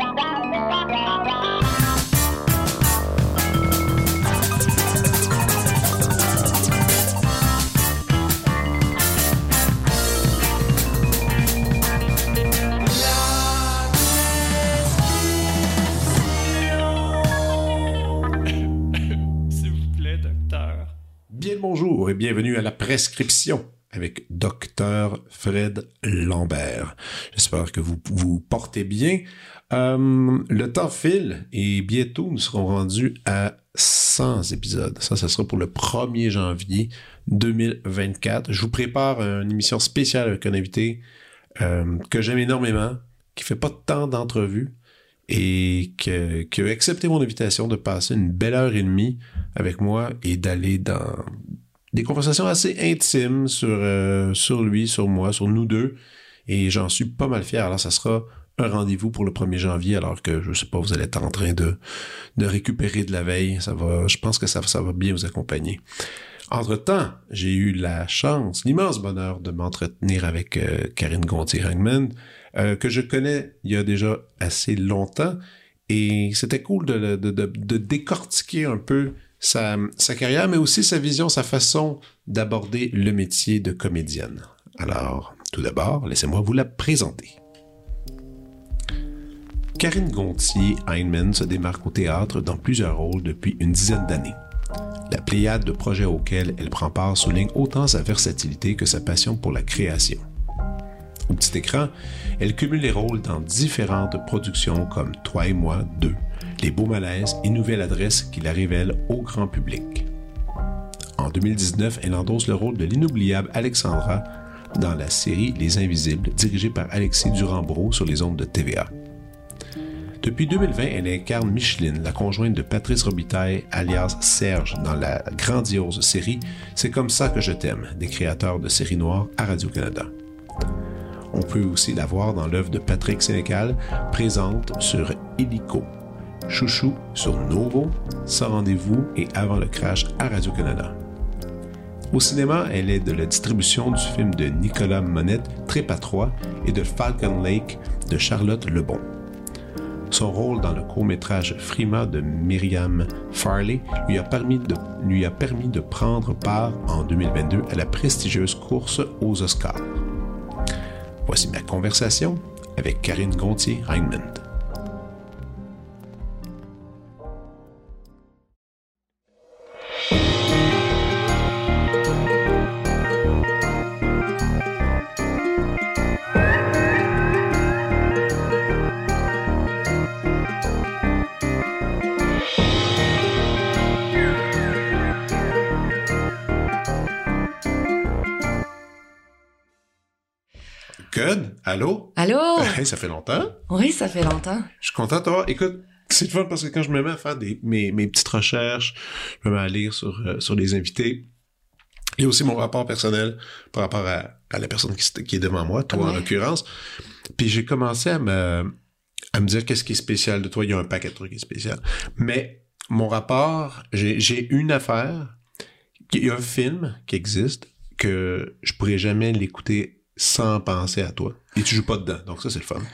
Bonjour et bienvenue à la prescription avec Dr. Fred Lambert. J'espère que vous vous portez bien. Le temps file et bientôt nous serons rendus à 100 épisodes. Ça sera pour le 1er janvier 2024. Je vous prépare une émission spéciale avec un invité que j'aime énormément, qui fait pas tant d'entrevues et qui a accepté mon invitation de passer une belle heure et demie avec moi et d'aller dans des conversations assez intimes sur lui, sur moi, sur nous deux. Et j'en suis pas mal fier. Alors, ça sera un rendez-vous pour le 1er janvier, alors que, je sais pas, vous allez être en train de récupérer de la veille. Je pense que ça va bien vous accompagner. Entre-temps, j'ai eu la chance, l'immense bonheur de m'entretenir avec Karine Gontier-Hangman, que je connais il y a déjà assez longtemps. Et c'était cool de décortiquer un peu sa carrière, mais aussi sa vision, sa façon d'aborder le métier de comédienne. Alors, tout d'abord, laissez-moi vous la présenter. Karine Gontier-Hangman se démarque au théâtre dans plusieurs rôles depuis une dizaine d'années. La pléiade de projets auxquels elle prend part souligne autant sa versatilité que sa passion pour la création. Au petit écran, elle cumule les rôles dans différentes productions comme Toi et moi 2, Les Beaux Malaises et Nouvelle Adresse qui la révèlent au grand public. En 2019, elle endosse le rôle de l'inoubliable Alexandra dans la série Les Invisibles, dirigée par Alexis Durand-Brault sur les ondes de TVA. Depuis 2020, elle incarne Micheline, la conjointe de Patrice Robitaille, alias Serge, dans la grandiose série C'est comme ça que je t'aime, des créateurs de séries noires à Radio-Canada. On peut aussi la voir dans l'œuvre de Patrick Sénécal, présente sur Illico, Chouchou sur Novo, Sans rendez-vous et Avant le crash à Radio-Canada. Au cinéma, elle est de la distribution du film de Nicolas Monette, Trépas 3 et de Falcon Lake de Charlotte Lebon. Son rôle dans le court-métrage Frima de Myriam Farley lui a permis de prendre part en 2022 à la prestigieuse course aux Oscars. Voici ma conversation avec Karine Gontier-Hangman. Good. Allô? Allô? Hey, ça fait longtemps? Oui, ça fait longtemps. Je suis content de t'avoir. Écoute, c'est le fun parce que quand je me mets à faire mes petites recherches, je me mets à lire sur les invités. Il y a aussi mon rapport personnel par rapport à la personne qui est devant moi, toi en l'occurrence. Puis j'ai commencé à me dire qu'est-ce qui est spécial de toi. Il y a un paquet de trucs qui est spécial. Mais mon rapport, j'ai une affaire. Il y a un film qui existe que je pourrais jamais l'écouter sans penser à toi. Et tu joues pas dedans, donc ça, c'est le fun.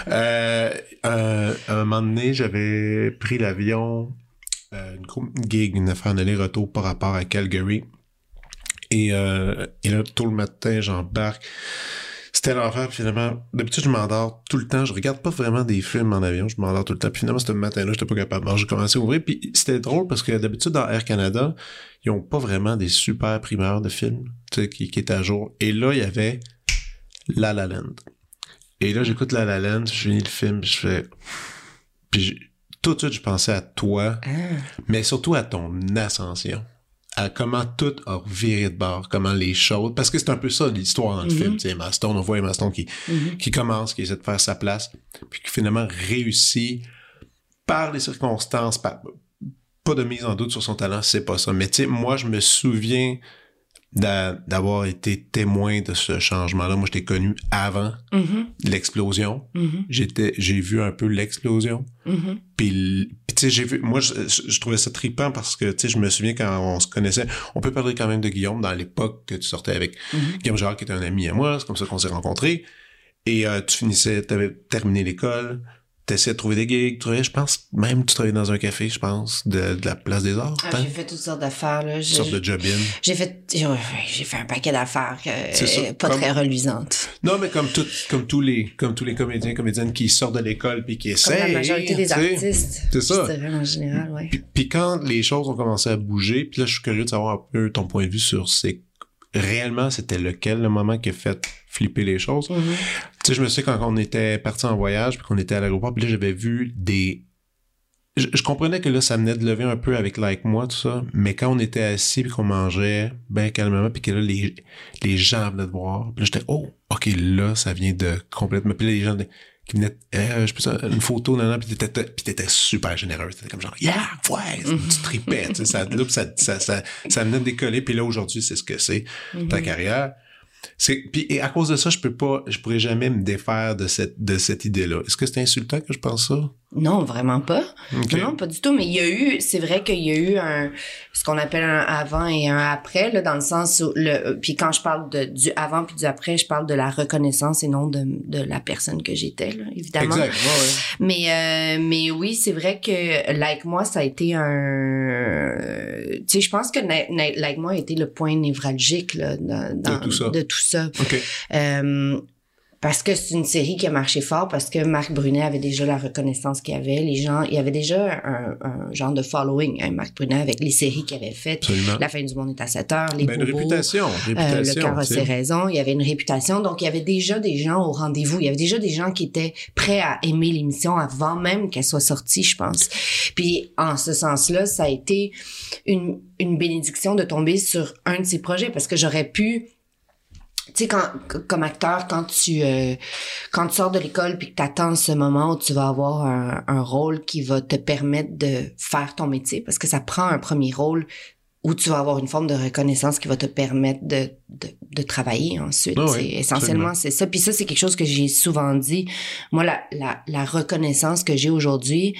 Un moment donné, j'avais pris l'avion, une gig, une affaire d'aller-retour par rapport à Calgary. Et là, tôt le matin, j'embarque. C'était l'enfer, puis finalement, d'habitude, je m'endors tout le temps. Je regarde pas vraiment des films en avion, je m'endors tout le temps. Puis finalement, ce matin-là, j'étais pas capable. Alors, j'ai commencé à ouvrir, puis c'était drôle parce que d'habitude, dans Air Canada, ils ont pas vraiment des super primeurs de films, tu sais, qui étaient à jour. Et là, il y avait La La Land. Et là, j'écoute La La Land, je finis le film, je fais... Puis tout de suite, je pensais à toi, mais surtout à ton ascension. À comment tout a viré de bord, comment les choses... Parce que c'est un peu ça, l'histoire dans le film. Tu sais, Emma Stone, on voit Emma Stone qui commence, qui essaie de faire sa place, puis qui finalement réussit par les circonstances, pas de mise en doute sur son talent, c'est pas ça. Mais tu sais, moi, je me souviens d'avoir été témoin de ce changement-là. Moi, je t'ai connu avant l'explosion. J'ai vu un peu l'explosion. Puis tu sais, je trouvais ça trippant parce que, tu sais, je me souviens quand on se connaissait, on peut parler quand même de Guillaume dans l'époque que tu sortais avec Guillaume Jarre, qui était un ami à moi, c'est comme ça qu'on s'est rencontrés. Et t'avais terminé l'école, t'essayais de trouver des gigs, je pense, même tu travaillais dans un café, je pense, de la Place des Arts. J'ai fait toutes sortes d'affaires, là. Toutes sortes de job-in. J'ai fait un paquet d'affaires pas comme, très reluisantes. Non, mais comme tous les comédiennes qui sortent de l'école puis qui essayent. Comme la majorité des artistes. C'est ça. Je dirais en général, ouais. Puis quand les choses ont commencé à bouger, puis là, je suis curieux de savoir un peu ton point de vue sur réellement, c'était lequel le moment qui a fait flipper les choses. Tu sais, je me souviens quand on était partis en voyage puis qu'on était à l'aéroport, puis là, j'avais vu je comprenais que là, ça venait de lever un peu avec Like Moi, tout ça, mais quand on était assis puis qu'on mangeait bien calmement puis que là, les gens venaient de voir, puis là, j'étais, oh, OK, là, ça vient de complètement... Puis là, les gens qui venaient, je peux une photo, puis t'étais super généreux. T'étais comme genre, yeah, ouais, tu tripais, tu sais, ça venait de décoller, puis là, aujourd'hui, c'est ce que c'est, ta carrière. Et à cause de ça, je pourrais jamais me défaire de cette idée-là. Est-ce que c'est insultant que je pense ça? Non, vraiment pas. Okay. Non, pas du tout. Mais c'est vrai qu'il y a eu ce qu'on appelle un avant et un après, là, dans le sens où puis quand je parle du avant puis du après, je parle de la reconnaissance et non de la personne que j'étais, là, évidemment. Exact. Ouais. Mais oui, c'est vrai que Like Moi, ça a été tu sais, je pense que Like Moi a été le point névralgique, là, de tout ça. Okay. Parce que c'est une série qui a marché fort, parce que Marc Brunet avait déjà la reconnaissance qu'il avait. Il y avait déjà un genre de following, hein, Marc Brunet, avec les séries qu'il avait faites. Absolument. La fin du monde est à 7 heures, Les Bobos, une réputation. Le cœur a ses raisons. Il y avait une réputation. Donc, il y avait déjà des gens au rendez-vous. Il y avait déjà des gens qui étaient prêts à aimer l'émission avant même qu'elle soit sortie, je pense. Puis, en ce sens-là, ça a été une bénédiction de tomber sur un de ces projets, parce que j'aurais pu... Tu sais, comme acteur, quand tu sors de l'école puis que t'attends ce moment où tu vas avoir un rôle qui va te permettre de faire ton métier, parce que ça prend un premier rôle où tu vas avoir une forme de reconnaissance qui va te permettre de travailler ensuite. Oh oui, essentiellement, absolument. c'est ça. Puis ça, c'est quelque chose que j'ai souvent dit. Moi, la reconnaissance que j'ai aujourd'hui,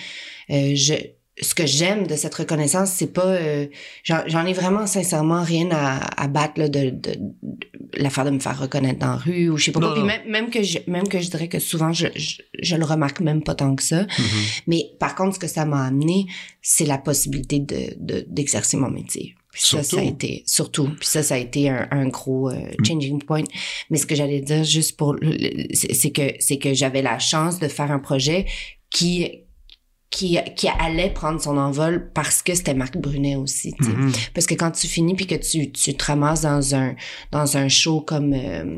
ce que j'aime de cette reconnaissance, c'est pas... j'en ai vraiment sincèrement rien à battre là, de l'affaire de me faire reconnaître dans la rue ou je sais pas quoi. Puis même que je dirais que souvent, je le remarque même pas tant que ça. Mais par contre, ce que ça m'a amené, c'est la possibilité d'exercer mon métier. Puis ça a été... Surtout. Puis ça a été un gros changing point. Mais ce que j'allais dire juste c'est que j'avais la chance de faire un projet qui allait prendre son envol parce que c'était Marc Brunet aussi, tu sais. Parce que quand tu finis puis que tu te ramasses dans un show comme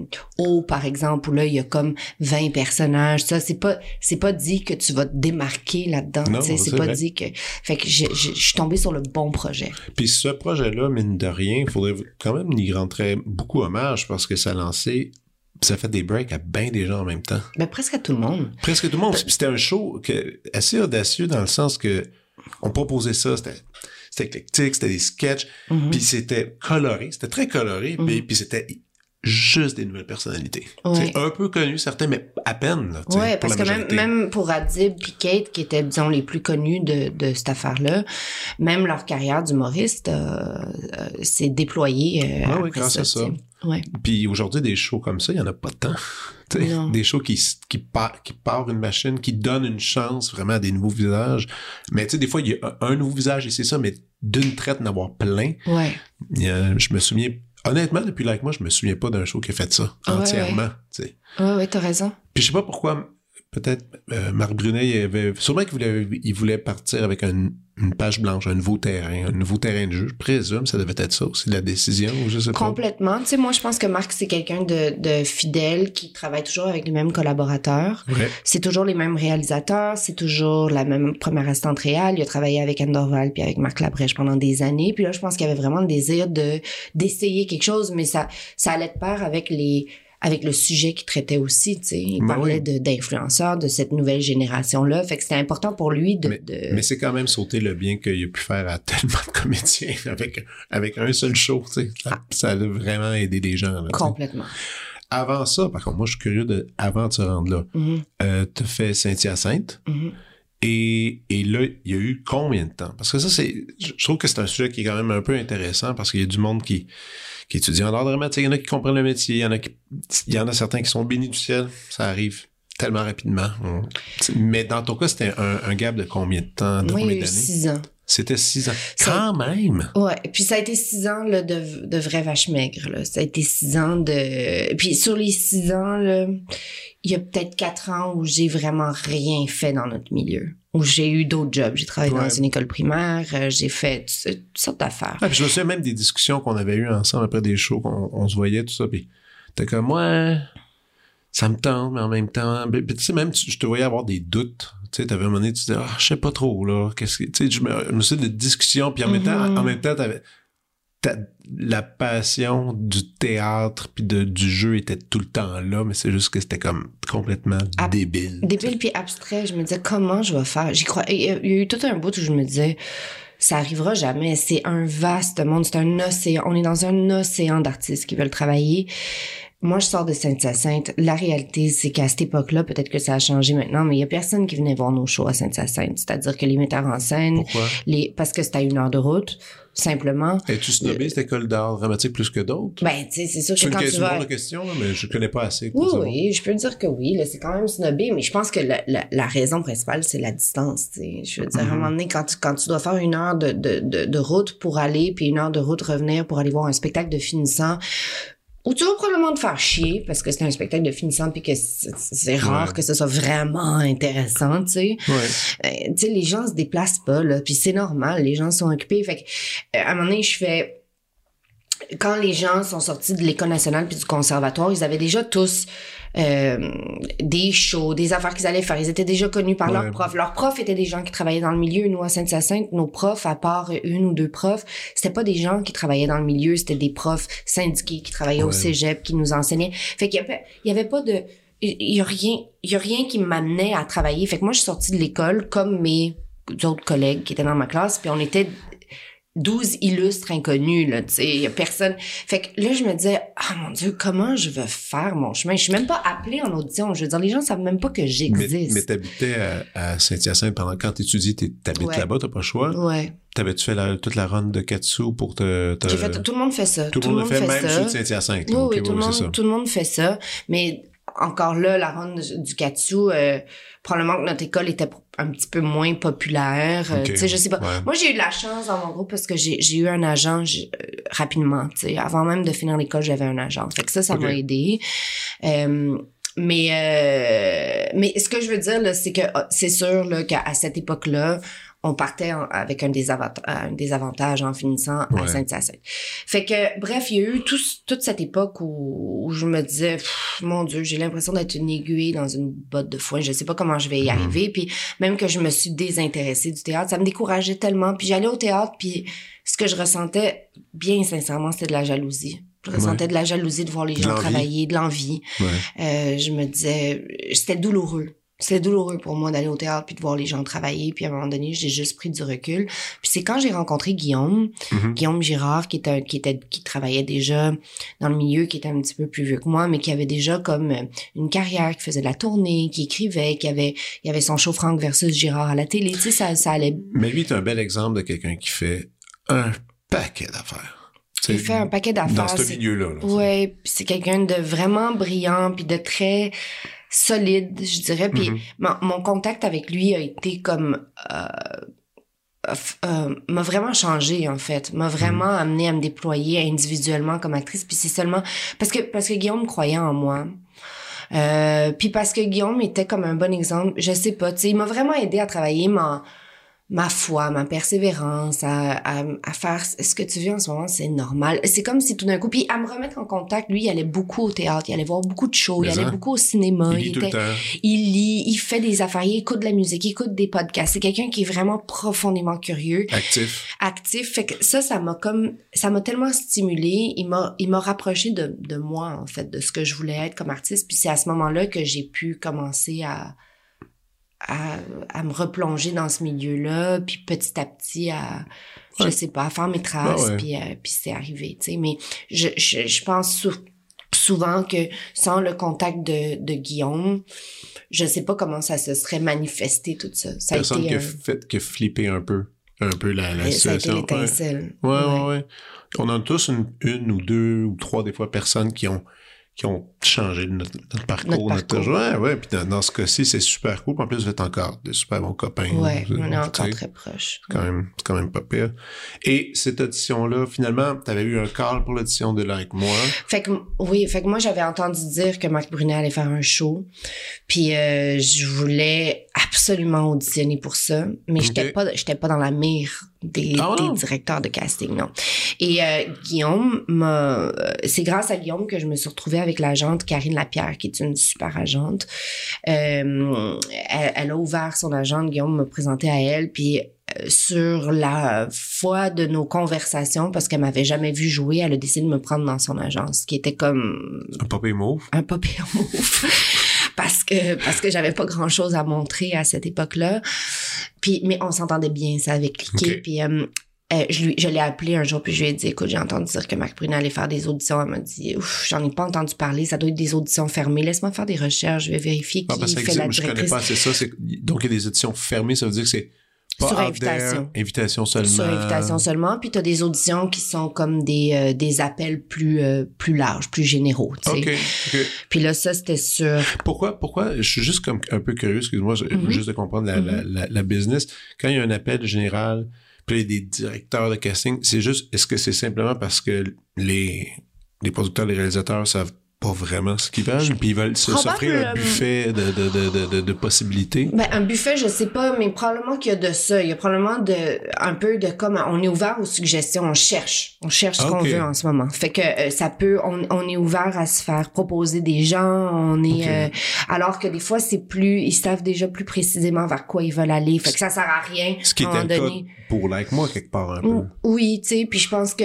par exemple, où là, il y a comme 20 personnages, ça, c'est pas dit que tu vas te démarquer là-dedans, tu sais, c'est pas dit que... Fait que je suis tombée sur le bon projet. Puis ce projet-là, mine de rien, il faudrait quand même y rentrer beaucoup hommage parce que ça a lancé... Ça a fait des breaks à bien des gens en même temps. Ben, presque à tout le monde. Presque tout le monde. Puis c'était un show assez audacieux dans le sens que on proposait ça, c'était éclectique, c'était des sketchs, puis c'était coloré, c'était très coloré, puis c'était juste des nouvelles personnalités. Ouais. Un peu connues, certains, mais à peine. Là, ouais, parce que même pour Adib et Kate, qui étaient, disons, les plus connus de cette affaire-là, même leur carrière d'humoriste s'est déployée oui, grâce à ça. Ouais. Puis aujourd'hui, des shows comme ça, il n'y en a pas tant. Des shows qui partent une machine, qui donnent une chance vraiment à des nouveaux visages. Mais tu sais, des fois, il y a un nouveau visage et c'est ça, mais d'une traite, n'avoir plein. Ouais. Je me souviens... Honnêtement, depuis Like Moi, je me souviens pas d'un show qui a fait ça entièrement. Ouais. Ouais, t'as raison. Puis je sais pas pourquoi, peut-être Marc Brunet, sûrement qu'il voulait partir avec une page blanche, un nouveau terrain de jeu. Je présume, ça devait être ça aussi, la décision, ou je sais pas. Complètement. Tu sais, moi, je pense que Marc, c'est quelqu'un de fidèle, qui travaille toujours avec les mêmes collaborateurs. Ouais. C'est toujours les mêmes réalisateurs, c'est toujours la même première assistante réelle. Il a travaillé avec Anne Dorval puis avec Marc Labrèche pendant des années. Puis là, je pense qu'il y avait vraiment le désir d'essayer quelque chose, mais ça allait de pair avec le sujet qu'il traitait aussi, tu sais. Il parlait d'influenceurs, de cette nouvelle génération-là. Fait que c'était important pour lui Mais c'est quand même sauter le bien qu'il a pu faire à tellement de comédiens avec un seul show, tu sais. Ça a vraiment aidé des gens, là. Complètement. Avant ça, par contre, moi, je suis curieux avant de se rendre là. T'as fait Saint-Hyacinthe. Et là, il y a eu combien de temps? Parce que ça, je trouve que c'est un sujet qui est quand même un peu intéressant parce qu'il y a du monde qui étudie en art dramatique, il y en a qui comprennent le métier, il y en a certains qui sont bénis du ciel, ça arrive. tellement rapidement. Mais dans ton cas, c'était un gap de combien de temps? De Moi, il y combien a eu d'années? 6 ans. C'était 6 ans. Quand même! Ouais, puis ça a été 6 ans là, de vraie vache maigre. Là. Ça a été 6 ans de... Puis sur les 6 ans, là, il y a peut-être 4 ans où j'ai vraiment rien fait dans notre milieu. Où j'ai eu d'autres jobs. J'ai travaillé dans une école primaire, j'ai fait toutes sortes d'affaires. Ah, puis je me souviens même des discussions qu'on avait eues ensemble après des shows, qu'on se voyait, tout ça, puis t'es comme, ouais, ça me tente, mais en même temps... Puis tu sais, même, je te voyais avoir des doutes. Tu sais, t'avais un moment donné, tu disais, je sais pas trop, là, qu'est-ce que... Tu sais, je me souviens de discussions, puis en même temps, t'avais... La passion du théâtre puis du jeu était tout le temps là, mais c'est juste que c'était comme complètement débile. Débile puis abstrait. Je me disais, comment je vais faire? J'y crois. Il y a eu tout un bout où je me disais, ça arrivera jamais. C'est un vaste monde, c'est un océan. On est dans un océan d'artistes qui veulent travailler. Moi, je sors de Sainte-Hyacinthe. La réalité, c'est qu'à cette époque-là, peut-être que ça a changé maintenant, mais il y a personne qui venait voir nos shows à Sainte-Hyacinthe. C'est-à-dire que les metteurs en scène... Pourquoi? Parce que c'était à 1 heure de route, simplement. Es-tu snobé, cette école d'art dramatique, plus que d'autres? Ben, tu sais, c'est sûr que quand tu vas... C'est une drôle de question, là, mais je connais pas assez. Oui, je peux dire que oui, là, c'est quand même snobé, mais je pense que la raison principale, c'est la distance, tu sais. Je veux dire, à un moment donné, quand tu dois faire 1 heure de route pour aller, puis 1 heure de route revenir pour aller voir un spectacle de finissant, ou tu vas probablement te faire chier parce que c'est un spectacle de finissant puis que c'est rare que ce soit vraiment intéressant, tu sais. Tu sais, les gens se déplacent pas, là, puis c'est normal, les gens sont occupés. Fait que, à un moment donné, quand les gens sont sortis de l'École nationale puis du conservatoire, ils avaient déjà tous des shows, des affaires qu'ils allaient faire. Ils étaient déjà connus par leurs profs. Leurs profs étaient des gens qui travaillaient dans le milieu. Nous, à Sainte-Hyacinthe, nos profs, à part 1 ou 2 profs, c'était pas des gens qui travaillaient dans le milieu, c'était des profs syndiqués qui travaillaient au cégep, qui nous enseignaient. Fait qu'il y avait pas de... Il y a rien qui m'amenait à travailler. Fait que moi, je suis sortie de l'école comme mes autres collègues qui étaient dans ma classe, puis on était 12 illustres inconnus, là, tu sais, il y a personne. Fait que là, je me disais, mon Dieu, comment je vais faire mon chemin? Je suis même pas appelée en audition. Je veux dire, les gens savent même pas que j'existe. Mais t'habitais à Saint-Hyacinthe pendant quand t'étudies, t'habites là-bas, t'as pas le choix? Ouais. T'avais-tu fait toute la run de Katsu pour te... J'ai fait, tout le monde fait ça. Tout le monde fait même ceux de Saint-Hyacinthe. Oui, tout le monde fait ça. Mais encore là, la run du Katsu, probablement que notre école était un petit peu moins populaire. Tu sais, je sais pas. Ouais. Moi, j'ai eu de la chance dans mon groupe parce que j'ai eu un agent rapidement. Tu sais, avant même de finir l'école, j'avais un agent. Fait que ça m'a aidé. Mais ce que je veux dire, là, c'est que c'est sûr là, qu'à cette époque-là, on partait avec un désavantage en finissant à Sainte-Hyacinthe. Fait que, bref, il y a eu toute cette époque où je me disais, mon Dieu, j'ai l'impression d'être une aiguille dans une botte de foin. Je sais pas comment je vais y arriver. Puis même que je me suis désintéressée du théâtre, ça me décourageait tellement. Puis j'allais au théâtre, puis ce que je ressentais, bien sincèrement, c'était de la jalousie. Je ressentais de la jalousie de voir les gens travailler, de l'envie. Je me disais, c'était douloureux. C'était douloureux pour moi d'aller au théâtre puis de voir les gens travailler. Puis à un moment donné, j'ai juste pris du recul. Puis c'est quand j'ai rencontré Guillaume Girard, qui travaillait déjà dans le milieu, qui était un petit peu plus vieux que moi, mais qui avait déjà comme une carrière, qui faisait de la tournée, qui écrivait, il y avait son show Franck versus Girard à la télé. Tu sais, ça allait. Mais lui, c'est un bel exemple de quelqu'un qui fait un paquet d'affaires. Il fait un paquet d'affaires. Dans ce milieu-là. Oui, puis c'est quelqu'un de vraiment brillant, puis de très solide, je dirais. Puis mon contact avec lui a été comme... m'a vraiment changé, en fait. M'a vraiment amené à me déployer individuellement comme actrice. Puis c'est seulement... Parce que Guillaume croyait en moi. Puis parce que Guillaume était comme un bon exemple. Je sais pas, tu sais, il m'a vraiment aidé à travailler ma foi, ma persévérance, à faire ce que tu vis en ce moment, c'est normal. C'est comme si tout d'un coup, puis à me remettre en contact, lui, il allait beaucoup au théâtre, il allait voir beaucoup de shows, il allait beaucoup au cinéma. Il lit tout le temps. Il lit, il fait des affaires, il écoute de la musique, il écoute des podcasts. C'est quelqu'un qui est vraiment profondément curieux. Actif. Fait que ça m'a tellement stimulé. Il m'a rapproché de moi, en fait, de ce que je voulais être comme artiste. Puis c'est à ce moment-là que j'ai pu commencer à me replonger dans ce milieu-là, puis petit à petit à faire mes traces, puis c'est arrivé, tu sais. Mais je pense souvent que sans le contact de Guillaume, je sais pas comment ça se serait manifesté tout ça. Ça personne a été qui a flippé un peu la situation. Ça a été l'étincelle. Ouais. On a tous une ou deux ou trois des fois personnes qui ont qui ont changé notre parcours, notre joie. Ouais, puis dans ce cas-ci, c'est super cool. En plus, vous êtes encore des super bons copains. Ouais, on est encore très proches. C'est quand même pas pire. Et cette audition-là, finalement, t'avais eu un call pour l'audition de Like Moi. Fait que moi, j'avais entendu dire que Marc Brunet allait faire un show. Puis je voulais absolument auditionner pour ça. Mais j'étais pas dans la mire des directeurs de casting, non. Et Guillaume c'est grâce à Guillaume que je me suis retrouvée avec l'agente Karine Lapierre, qui est une super agente. Elle a ouvert son agente, Guillaume m'a présenté à elle, puis sur la foi de nos conversations, parce qu'elle m'avait jamais vu jouer, elle a décidé de me prendre dans son agence, qui était comme... Un papier mauve. Un papier mauve. parce que j'avais pas grand chose à montrer à cette époque-là. Puis, mais on s'entendait bien, ça avait cliqué. Okay. Puis, je l'ai appelé un jour, puis je lui ai dit, écoute, j'ai entendu dire que Marc Brunet allait faire des auditions. Elle m'a dit, ouf, j'en ai pas entendu parler, ça doit être des auditions fermées. Laisse-moi faire des recherches, je vais vérifier qui fait la directrice. Je connais pas, c'est ça. Donc, il y a des auditions fermées, ça veut dire que c'est pas sur invitation. Invitation seulement. Sur invitation seulement. Puis t'as des auditions qui sont comme des appels plus larges, plus généraux. Tu sais. OK. Puis là, ça, c'était sur... Pourquoi? Je suis juste comme un peu curieux, excuse-moi, juste de comprendre la business. Quand il y a un appel général, puis il y a des directeurs de casting, c'est juste, est-ce que c'est simplement parce que les producteurs, les réalisateurs savent pas vraiment ce qu'ils veulent, puis ils veulent s'offrir un buffet de possibilités? Ben, un buffet, je sais pas, mais probablement qu'il y a de ça. Il y a probablement un peu de comme, on est ouvert aux suggestions, on cherche ce qu'on veut en ce moment. Fait que ça peut, on est ouvert à se faire proposer des gens, on est, alors que des fois, ils savent déjà plus précisément vers quoi ils veulent aller. Fait que ça sert à rien. Ce qui était le cas pour Like Moi, quelque part, un peu. Oui, tu sais, puis je pense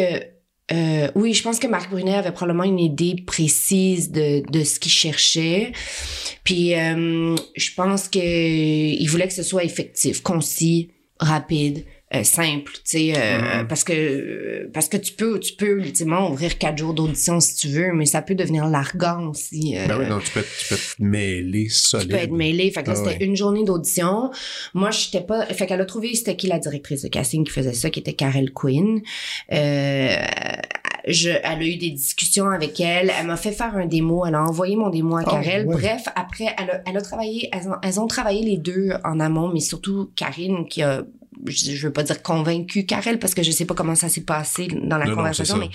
que Marc Brunet avait probablement une idée précise de ce qu'il cherchait. Puis je pense que il voulait que ce soit effectif, concis, rapide, simple, tu sais, parce que tu peux ultimement ouvrir 4 jours d'audition si tu veux, mais ça peut devenir largant aussi. Ben oui, donc tu peux te mêler solide. Tu peux être mêlé. Fait que là, c'était une journée d'audition. Moi, j'étais pas... Fait qu'elle a trouvé c'était qui la directrice de casting qui faisait ça, qui était Karel Quinn. Elle a eu des discussions avec elle. Elle m'a fait faire un démo. Elle a envoyé mon démo à Karel. Ouais. Bref, après, elle a travaillé... Elles ont travaillé les deux en amont, mais surtout Karine qui a... Je veux pas dire convaincu Karel parce que je sais pas comment ça s'est passé dans la conversation, mais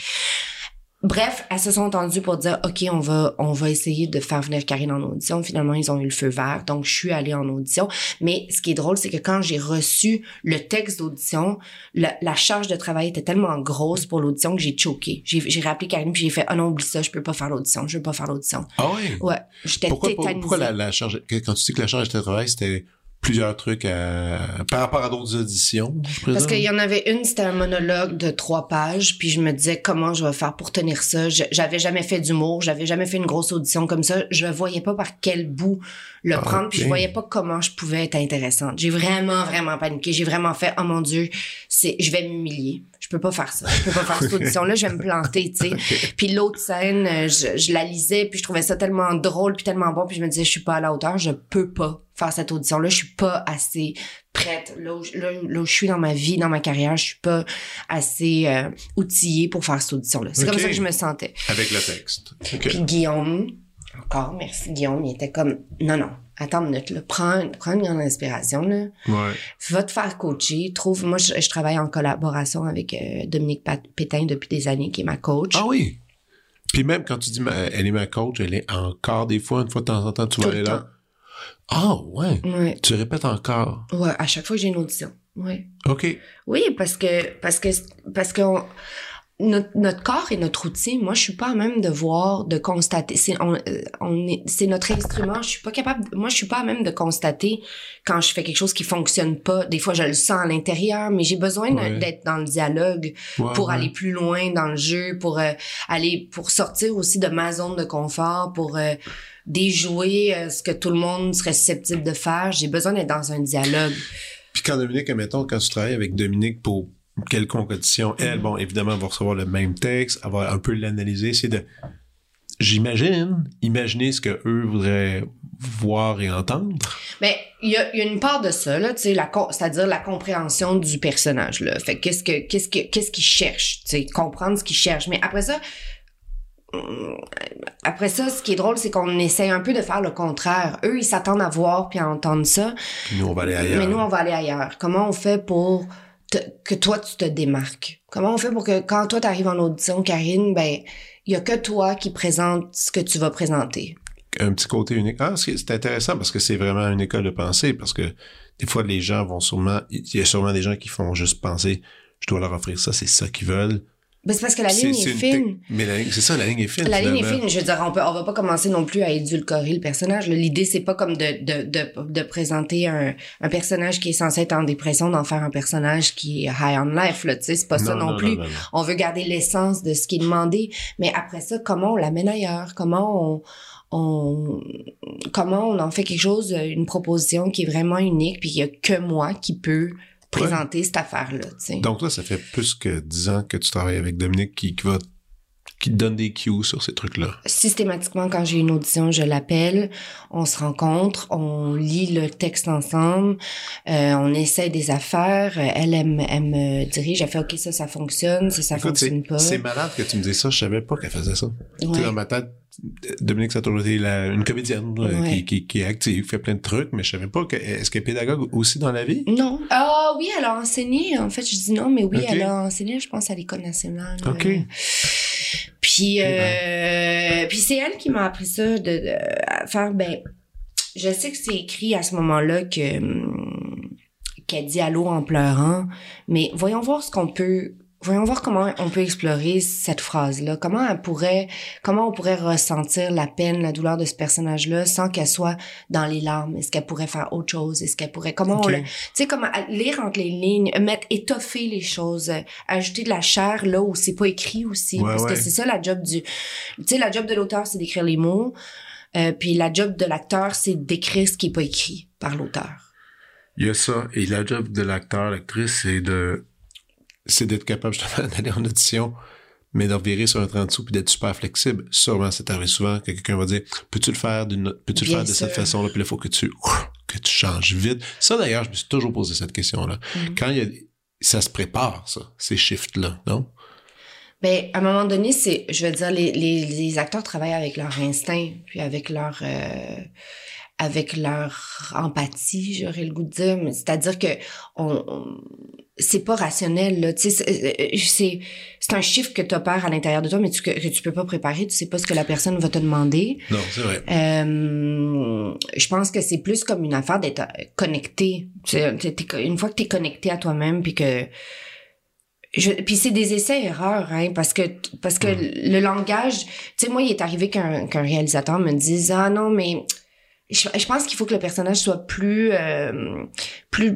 bref, elles se sont entendues pour dire OK, on va essayer de faire venir Karine en audition. Finalement, ils ont eu le feu vert, donc je suis allée en audition. Mais ce qui est drôle, c'est que quand j'ai reçu le texte d'audition, la charge de travail était tellement grosse pour l'audition que j'ai choqué. J'ai rappelé Karine puis j'ai fait non, oublie ça, je peux pas faire l'audition. Ah oui. Ouais, j'étais tétanisée. Pourquoi la charge, quand tu dis que la charge de travail, c'était plusieurs trucs par rapport à d'autres auditions, je présume? Parce qu'il y en avait une, c'était un monologue de 3 pages, puis je me disais comment je vais faire pour tenir ça. J'avais jamais fait d'humour, j'avais jamais fait une grosse audition comme ça. Je voyais pas par quel bout le prendre, puis je voyais pas comment je pouvais être intéressante. J'ai vraiment paniqué. J'ai vraiment fait, oh mon Dieu, je vais m'humilier. Je peux pas faire ça. Je peux pas faire cette audition-là, je vais me planter, tu sais. Puis l'autre scène, je la lisais, puis je trouvais ça tellement drôle, puis tellement bon, puis je me disais, je suis pas à la hauteur, je peux pas faire cette audition-là, je suis pas assez prête. Là où je suis dans ma vie, dans ma carrière, je suis pas assez outillée pour faire cette audition-là. C'est comme ça que je me sentais. Avec le texte. Puis Guillaume, encore, merci Guillaume, il était comme, non, attends une minute, là, prends une grande inspiration, là. Ouais. Va te faire coacher, moi, je travaille en collaboration avec Dominique Pétain depuis des années, qui est ma coach. Ah oui? Puis même quand tu dis, elle est ma coach, elle est encore des fois, une fois de temps en temps, tu vas aller là. Ah, ouais. Tu répètes encore? Ouais, à chaque fois que j'ai une audition. Ouais. OK. Oui, parce que notre corps est notre outil. Moi, je suis pas à même de constater. C'est notre instrument. Je suis pas capable. Moi, je suis pas à même de constater quand je fais quelque chose qui fonctionne pas. Des fois, je le sens à l'intérieur, mais j'ai besoin d'être dans le dialogue pour aller plus loin dans le jeu, pour sortir aussi de ma zone de confort, pour déjouer ce que tout le monde serait susceptible de faire. J'ai besoin d'être dans un dialogue. Puis quand tu travailles avec Dominique pour quelconque audition, elle, bon, évidemment, va recevoir le même texte, elle va un peu l'analyser, imaginer ce que eux voudraient voir et entendre. Mais il y a une part de ça, là, tu sais, c'est-à-dire la compréhension du personnage, là. Fait qu'est-ce qu'il cherche, tu sais, comprendre ce qu'il cherche. Mais après ça, après ça, ce qui est drôle, c'est qu'on essaie un peu de faire le contraire. Eux, ils s'attendent à voir puis à entendre ça. Puis nous, on va aller ailleurs. Mais nous, on va aller ailleurs. Comment on fait pour que toi, tu te démarques? Comment on fait pour que quand toi, t'arrives en audition, Karine, ben, il y a que toi qui présente ce que tu vas présenter. Un petit côté unique. Ah, c'est intéressant parce que c'est vraiment une école de pensée, parce que des fois, les gens vont sûrement... Il y a sûrement des gens qui font juste penser, je dois leur offrir ça, c'est ça qu'ils veulent. Ben, c'est parce que la ligne est fine. Mais c'est ça, la ligne est fine. La ligne est fine. Je veux dire, on va pas commencer non plus à édulcorer le personnage. L'idée, c'est pas comme de présenter un personnage qui est censé être en dépression, d'en faire un personnage qui est high on life, là. Tu sais, c'est pas ça non plus. Non. On veut garder l'essence de ce qui est demandé. Mais après ça, comment on l'amène ailleurs? Comment on en fait quelque chose, une proposition qui est vraiment unique, puis il y a que moi qui peut présenter cette affaire-là, tu sais. Donc là, ça fait plus que 10 ans que tu travailles avec Dominique qui te donne des cues sur ces trucs-là. Systématiquement, quand j'ai une audition, je l'appelle, on se rencontre, on lit le texte ensemble, on essaie des affaires, elle me dirige, elle fait « OK, ça fonctionne, ça Écoute, fonctionne pas. » C'est malade que tu me dises ça, je savais pas qu'elle faisait ça. Ouais. Tu sais, dans ma tête, Dominique, ça a toujours été une comédienne qui est active, fait plein de trucs, mais je savais pas est-ce qu'elle est pédagogue aussi dans la vie? Non. Ah oui, elle a enseigné. En fait, je dis non, mais oui, elle a enseigné, je pense, à l'École nationale. OK. Puis c'est elle qui m'a appris ça à faire, ben, je sais que c'est écrit à ce moment-là qu'elle dit allô en pleurant, mais voyons voir comment on peut explorer cette phrase-là. Comment on pourrait ressentir la peine, la douleur de ce personnage-là sans qu'elle soit dans les larmes? Est-ce qu'elle pourrait faire autre chose? Est-ce qu'elle pourrait, tu sais, comment lire entre les lignes, étoffer les choses, ajouter de la chair là où c'est pas écrit aussi. Parce que c'est ça la job tu sais, la job de l'auteur, c'est d'écrire les mots. Puis la job de l'acteur, c'est d'écrire ce qui est pas écrit par l'auteur. Il y a ça. Et la job de l'acteur, l'actrice, c'est d'être capable justement d'aller en audition, mais de revirer sur un 30 sous puis d'être super flexible. Sûrement, c'est arrivé souvent que quelqu'un va dire « Peux-tu le faire de cette façon-là? » Puis là, il faut que tu changes vite. Ça, d'ailleurs, je me suis toujours posé cette question-là. Quand ça se prépare, ça, ces shifts-là, non? Ben, à un moment donné, je veux dire, les acteurs travaillent avec leur instinct, puis avec leur empathie, j'aurais le goût de dire. C'est-à-dire que c'est pas rationnel, là. Tu sais, c'est un chiffre que tu opères à l'intérieur de toi, mais que tu peux pas préparer. Tu sais pas ce que la personne va te demander. Non, c'est vrai. Je pense que c'est plus comme une affaire d'être connecté. Une fois que t'es connecté à toi-même, puis que puis c'est des essais-erreurs, hein, parce que le langage, tu sais, moi, il est arrivé qu'un réalisateur me dise « Ah non, mais je pense qu'il faut que le personnage soit plus dur. »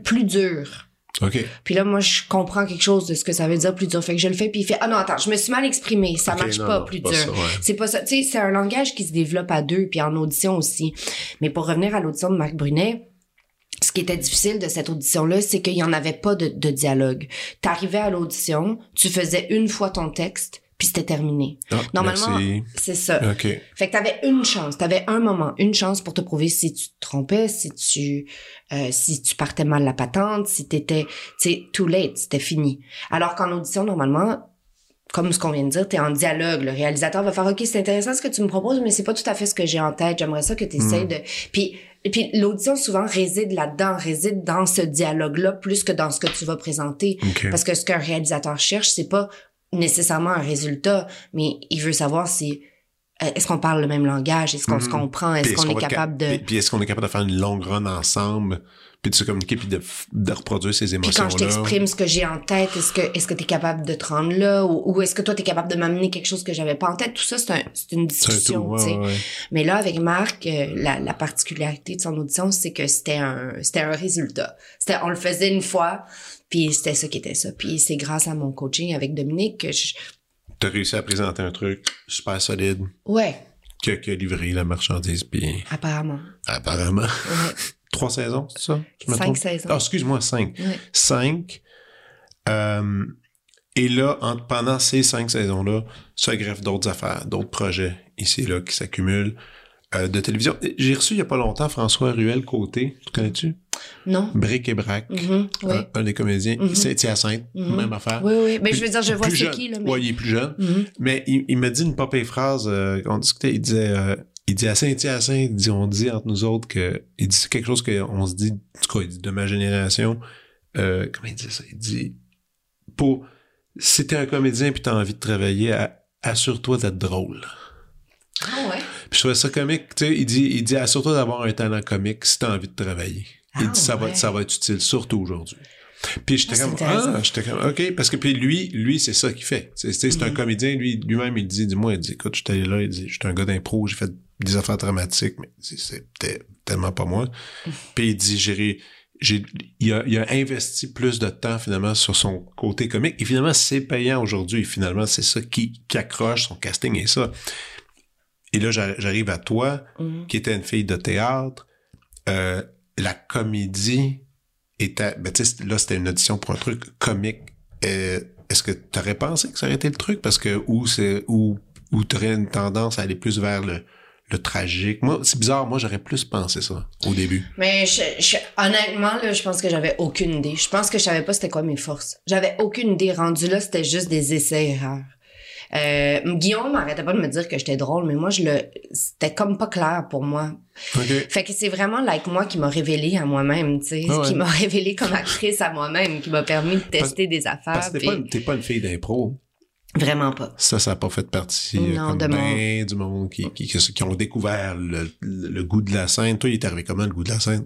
OK. Puis là, moi, je comprends quelque chose de ce que ça veut dire plus dur. Fait que je le fais, puis il fait « Ah non, attends, je me suis mal exprimé, ça marche pas plus dur. » C'est pas ça. Tu sais, c'est un langage qui se développe à deux, puis en audition aussi. Mais pour revenir à l'audition de Marc Brunet, ce qui était difficile de cette audition-là, c'est qu'il y en avait pas de dialogue. T'arrivais à l'audition, tu faisais une fois ton texte, puis c'était terminé. Ah, normalement, merci. C'est ça. Okay. Fait que t'avais une chance, t'avais un moment, une chance pour te prouver si tu te trompais, si tu partais mal la patente, si t'étais, tu sais, too late, c'était fini. Alors qu'en audition, normalement, comme ce qu'on vient de dire, t'es en dialogue. Le réalisateur va faire « OK, c'est intéressant ce que tu me proposes, mais c'est pas tout à fait ce que j'ai en tête. J'aimerais ça que t'essayes de... » Puis l'audition, souvent, réside là-dedans, réside dans ce dialogue-là plus que dans ce que tu vas présenter. Okay. Parce que ce qu'un réalisateur cherche, c'est pas nécessairement un résultat, mais il veut savoir si... est-ce qu'on parle le même langage? Est-ce qu'on se comprend? Est-ce qu'on est capable de... Puis est-ce qu'on est capable de faire une longue run ensemble, puis de se communiquer, puis de reproduire ces émotions-là? Puis quand je t'exprime ce que j'ai en tête, est-ce que t'es capable de te rendre là? Ou est-ce que toi, t'es capable de m'amener quelque chose que j'avais pas en tête? Tout ça, c'est une discussion, tu sais. Ouais. Mais là, avec Marc, la particularité de son audition, c'est que c'était un résultat. On le faisait une fois, puis c'était ça qui était ça. Puis c'est grâce à mon coaching avec Dominique que t'as réussi à présenter un truc super solide. Ouais. Qui a livré la marchandise, puis... Apparemment. Ouais. 3 saisons, c'est ça? 5 saisons. Ah, excuse-moi, 5. Ouais. 5. Et là, pendant ces 5 saisons-là, ça greffe d'autres affaires, d'autres projets ici et là qui s'accumulent. de télévision. J'ai reçu il y a pas longtemps François Ruel-Côté. Tu connais-tu? Non. Bric et Brac. Oui. Un des comédiens. Saint-Hyacinthe, même affaire. Oui. Mais je veux dire, je vois c'est jeune. qui, là. Mais... Ouais, il est plus jeune. Mais il m'a dit une popée phrase, on discutait, il disait à Saint-Hyacinthe, on dit entre nous autres que, il dit quelque chose qu'on se dit, en tout cas, il dit de ma génération, comment il dit ça? Il dit, si t'es un comédien pis t'as envie de travailler, assure-toi d'être drôle. Ah ouais? Puis je trouvais ça comique, tu sais, il dit, assure-toi d'avoir un talent comique si t'as envie de travailler. Il dit, ça va être utile, surtout aujourd'hui. Puis j'étais comme, OK, parce que puis lui, c'est ça qu'il fait. C'est un comédien, lui-même, il dit, écoute, j'étais allé là, il dit, j'étais un gars d'impro, j'ai fait des affaires dramatiques, mais c'était tellement pas moi. Puis il dit, il a investi plus de temps, finalement, sur son côté comique, et finalement, c'est payant aujourd'hui. Finalement, c'est ça qui accroche, son casting et ça. Et là, j'arrive à toi, qui était une fille de théâtre, la comédie était, là, c'était une audition pour un truc comique. Est-ce que t'aurais pensé que ça aurait été le truc? Parce que, ou t'aurais une tendance à aller plus vers le tragique. Moi, c'est bizarre, moi, j'aurais plus pensé ça, au début. Mais honnêtement, là, je pense que j'avais aucune idée. Je pense que je savais pas c'était quoi mes forces. J'avais aucune idée. Rendu là, c'était juste des essais-erreurs. Guillaume m'arrêtait pas de me dire que j'étais drôle, mais moi, c'était comme pas clair pour moi. Okay. Fait que c'est vraiment moi qui m'a révélé à moi-même, tu sais, qui m'a révélé comme actrice à moi-même, qui m'a permis de tester des affaires. Parce que t'es pas une fille d'impro. Vraiment pas. Ça a pas fait partie comme ben du monde qui ont découvert le goût de la scène. Toi, il est arrivé comment, le goût de la scène?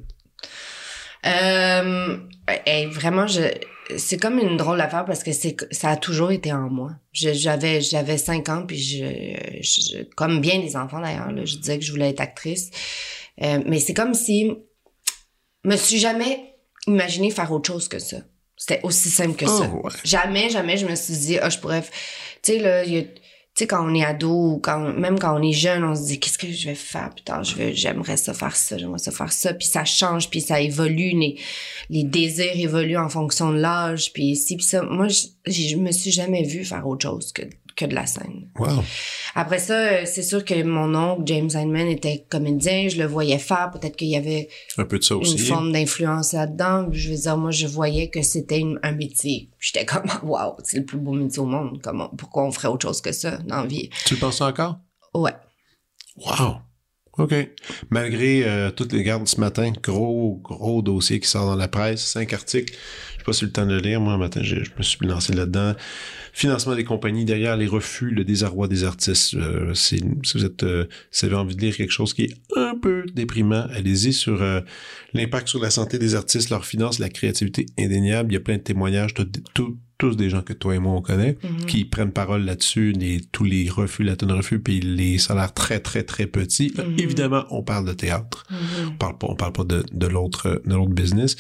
Vraiment, c'est comme une drôle d'affaire parce que ça a toujours été en moi. J'avais 5 ans, puis comme bien des enfants d'ailleurs, là, je disais que je voulais être actrice. Mais c'est comme si je me suis jamais imaginé faire autre chose que ça. C'était aussi simple que ça. Ouais. Jamais je me suis dit, je pourrais... Tu sais, là, tu sais, quand on est ado, ou même quand on est jeune, on se dit, qu'est-ce que je vais faire plus tard? J'aimerais ça faire ça, j'aimerais ça faire ça. Puis ça change, puis ça évolue. Les désirs évoluent en fonction de l'âge, puis ci, puis ça. Moi, je me suis jamais vue faire autre chose que de la scène. Wow. Après ça, c'est sûr que mon oncle, James Heineman, était comédien. Je le voyais faire. Peut-être qu'il y avait un peu de ça aussi. Une forme d'influence là-dedans. Je veux dire, moi, je voyais que c'était un métier. J'étais comme, wow, c'est le plus beau métier au monde. Pourquoi on ferait autre chose que ça dans la vie? Tu le penses encore? Ouais. Wow. OK. Malgré toutes les gardes ce matin, gros dossier qui sort dans la presse, 5 articles. Je sais pas si le temps de le lire. Moi, un matin, je me suis lancé là-dedans. Financement des compagnies derrière les refus, le désarroi des artistes. Si vous avez envie de lire quelque chose qui est un peu déprimant, allez-y sur l'impact sur la santé des artistes, leurs finances, la créativité indéniable. Il y a plein de témoignages, tous des gens que toi et moi on connaît, qui prennent parole là-dessus, tous les refus, la tonne de refus, puis les salaires très, très, très petits. Là, évidemment, on parle de théâtre. On parle pas de l'autre business.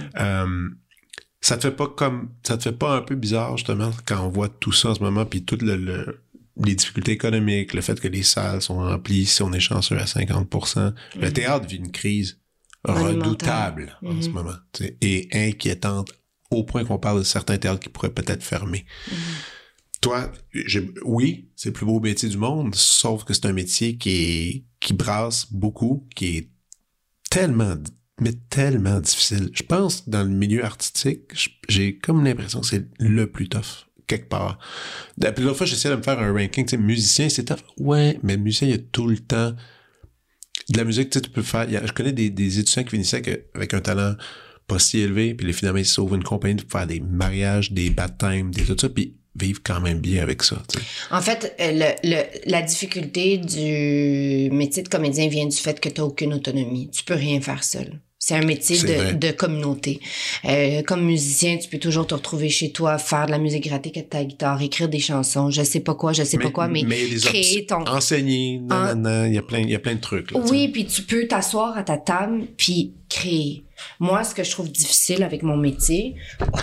Ça te fait pas un peu bizarre, justement, quand on voit tout ça en ce moment, puis toutes les difficultés économiques, le fait que les salles sont remplies, si on est chanceux à 50%. Le théâtre vit une crise redoutable en ce moment, et inquiétante, au point qu'on parle de certains théâtres qui pourraient peut-être fermer. Toi, oui, c'est le plus beau métier du monde, sauf que c'est un métier qui brasse beaucoup, qui est tellement difficile. Je pense, dans le milieu artistique, j'ai comme l'impression que c'est le plus tough, quelque part. Puis l'autre fois, j'essayais de me faire un ranking, tu sais, musicien, c'est tough. Ouais, mais musicien, il y a tout le temps de la musique, tu sais, tu peux faire... je connais des étudiants qui finissaient avec un talent pas si élevé, puis finalement, ils sauvent une compagnie pour faire des mariages, des baptêmes, tout ça, puis vivent quand même bien avec ça, tu sais. En fait, la difficulté du métier de comédien vient du fait que tu n'as aucune autonomie. Tu peux rien faire seul. C'est un métier de communauté. Comme musicien, tu peux toujours te retrouver chez toi, faire de la musique gratter avec ta guitare, écrire des chansons, je sais pas quoi, mais il y a des créer ton... Enseigner, il y a plein de trucs. Là, oui, puis tu peux t'asseoir à ta table, puis créer. Moi, ce que je trouve difficile avec mon métier,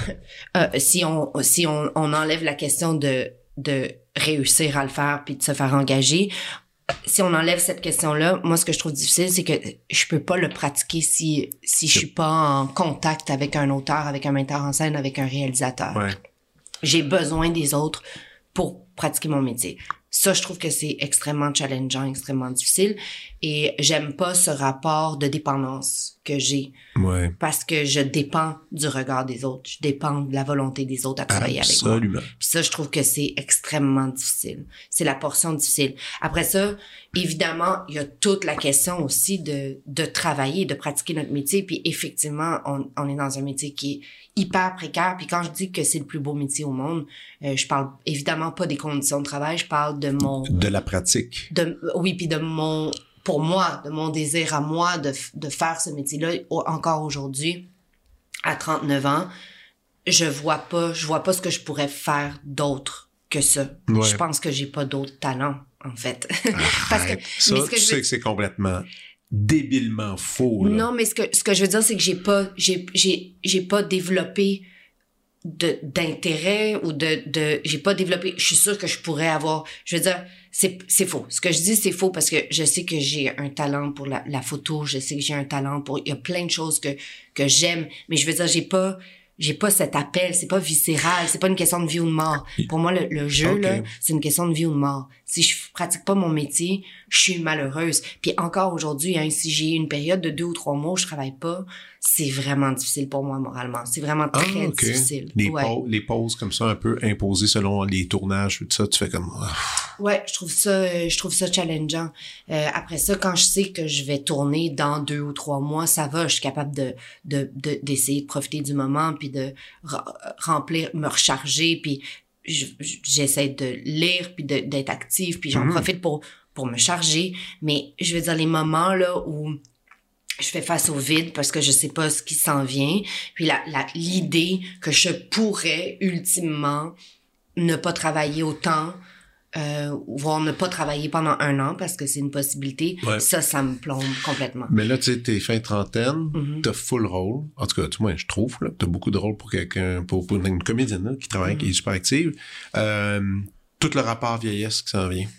si on enlève la question de réussir à le faire puis de se faire engager, si on enlève cette question-là, moi, ce que je trouve difficile, c'est que je peux pas le pratiquer si je suis pas en contact avec un auteur, avec un metteur en scène, avec un réalisateur. Ouais. J'ai besoin des autres pour pratiquer mon métier. Ça, je trouve que c'est extrêmement challengeant, extrêmement difficile. Et j'aime pas ce rapport de dépendance que j'ai. Ouais. Parce que je dépends du regard des autres. Je dépends de la volonté des autres à travailler avec moi. Absolument. Puis ça, je trouve que c'est extrêmement difficile. C'est la portion difficile. Après ça, évidemment, il y a toute la question aussi de travailler, de pratiquer notre métier. Puis effectivement, on est dans un métier qui est hyper précaire. Puis quand je dis que c'est le plus beau métier au monde, je parle évidemment pas des conditions de travail. Je parle de mon... De la pratique. Oui, puis de mon... Pour moi, de mon désir à moi de faire ce métier-là, encore aujourd'hui, à 39 ans, je vois pas ce que je pourrais faire d'autre que ça. Ouais. Je pense que j'ai pas d'autres talents, en fait. Parce que ça, tu sais que c'est complètement débilement faux, là. Non, mais ce que je veux dire, c'est que j'ai pas développé d'intérêt ou j'ai pas développé, je suis sûre que je pourrais avoir, je veux dire, c'est faux. Ce que je dis, c'est faux parce que je sais que j'ai un talent pour la photo, je sais que j'ai un talent pour, il y a plein de choses que j'aime, mais je veux dire, j'ai pas cet appel, c'est pas viscéral, c'est pas une question de vie ou de mort. Pour moi, le jeu, là, c'est une question de vie ou de mort. Si je pratique pas mon métier, je suis malheureuse. Puis encore aujourd'hui, hein, si j'ai une période de 2 ou 3 mois où je travaille pas, c'est vraiment difficile pour moi moralement. C'est vraiment très difficile. Les pauses comme ça, un peu imposées selon les tournages, tout ça, tu fais comme... Ouais, je trouve ça challengeant. Après ça, quand je sais que je vais tourner dans 2 ou 3 mois, ça va, je suis capable d'essayer de profiter du moment, puis de remplir, me recharger, puis j'essaie de lire, puis d'être active, puis j'en profite pour me charger. Mais je veux dire, les moments là où je fais face au vide parce que je sais pas ce qui s'en vient, puis l'idée que je pourrais ultimement ne pas travailler autant, voire ne pas travailler pendant 1 an parce que c'est une possibilité, ça me plombe complètement. Mais là, tu sais, t'es fin trentaine, t'as full rôle. En tout cas, tu vois, je trouve, là, t'as beaucoup de rôle pour quelqu'un, pour une comédienne là, qui travaille, qui est super active. Tout le rapport vieillesse qui s'en vient.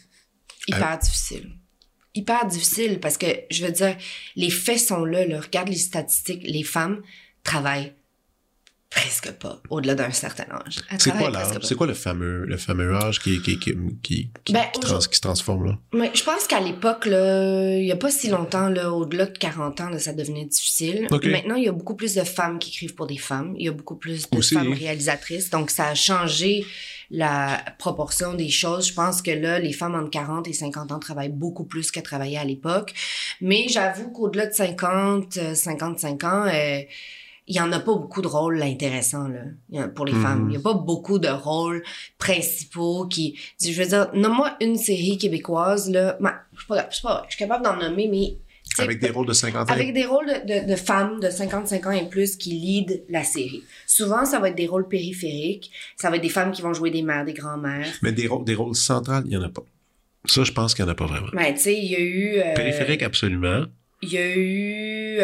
Hyper difficile parce que, je veux dire, les faits sont là, regarde les statistiques, les femmes travaillent presque pas, au-delà d'un certain âge. C'est quoi l'âge? C'est quoi le fameux âge qui se transforme là? Mais je pense qu'à l'époque, là, il y a pas si longtemps, là, au-delà de 40 ans, là, ça devenait difficile. Okay. Maintenant, il y a beaucoup plus de femmes qui écrivent pour des femmes. Il y a beaucoup plus de femmes réalisatrices. Donc, ça a changé la proportion des choses. Je pense que là, les femmes entre 40 et 50 ans travaillent beaucoup plus qu'elles travaillaient à l'époque. Mais j'avoue qu'au-delà de 55 ans, il y en a pas beaucoup de rôles intéressants là pour les femmes. Il y a pas beaucoup de rôles principaux qui, je veux dire, nomme-moi une série québécoise là, je suis capable d'en nommer, mais avec des rôles de 50 ans. Avec des rôles de femmes de 55 ans et plus qui lead la série. Souvent, ça va être des rôles périphériques. Ça va être des femmes qui vont jouer des mères, des grands-mères. Mais des rôles centrales, il y en a pas. Ça, je pense qu'il y en a pas vraiment. Ben, tu sais, il y a eu... Périphérique, absolument. Il y a eu...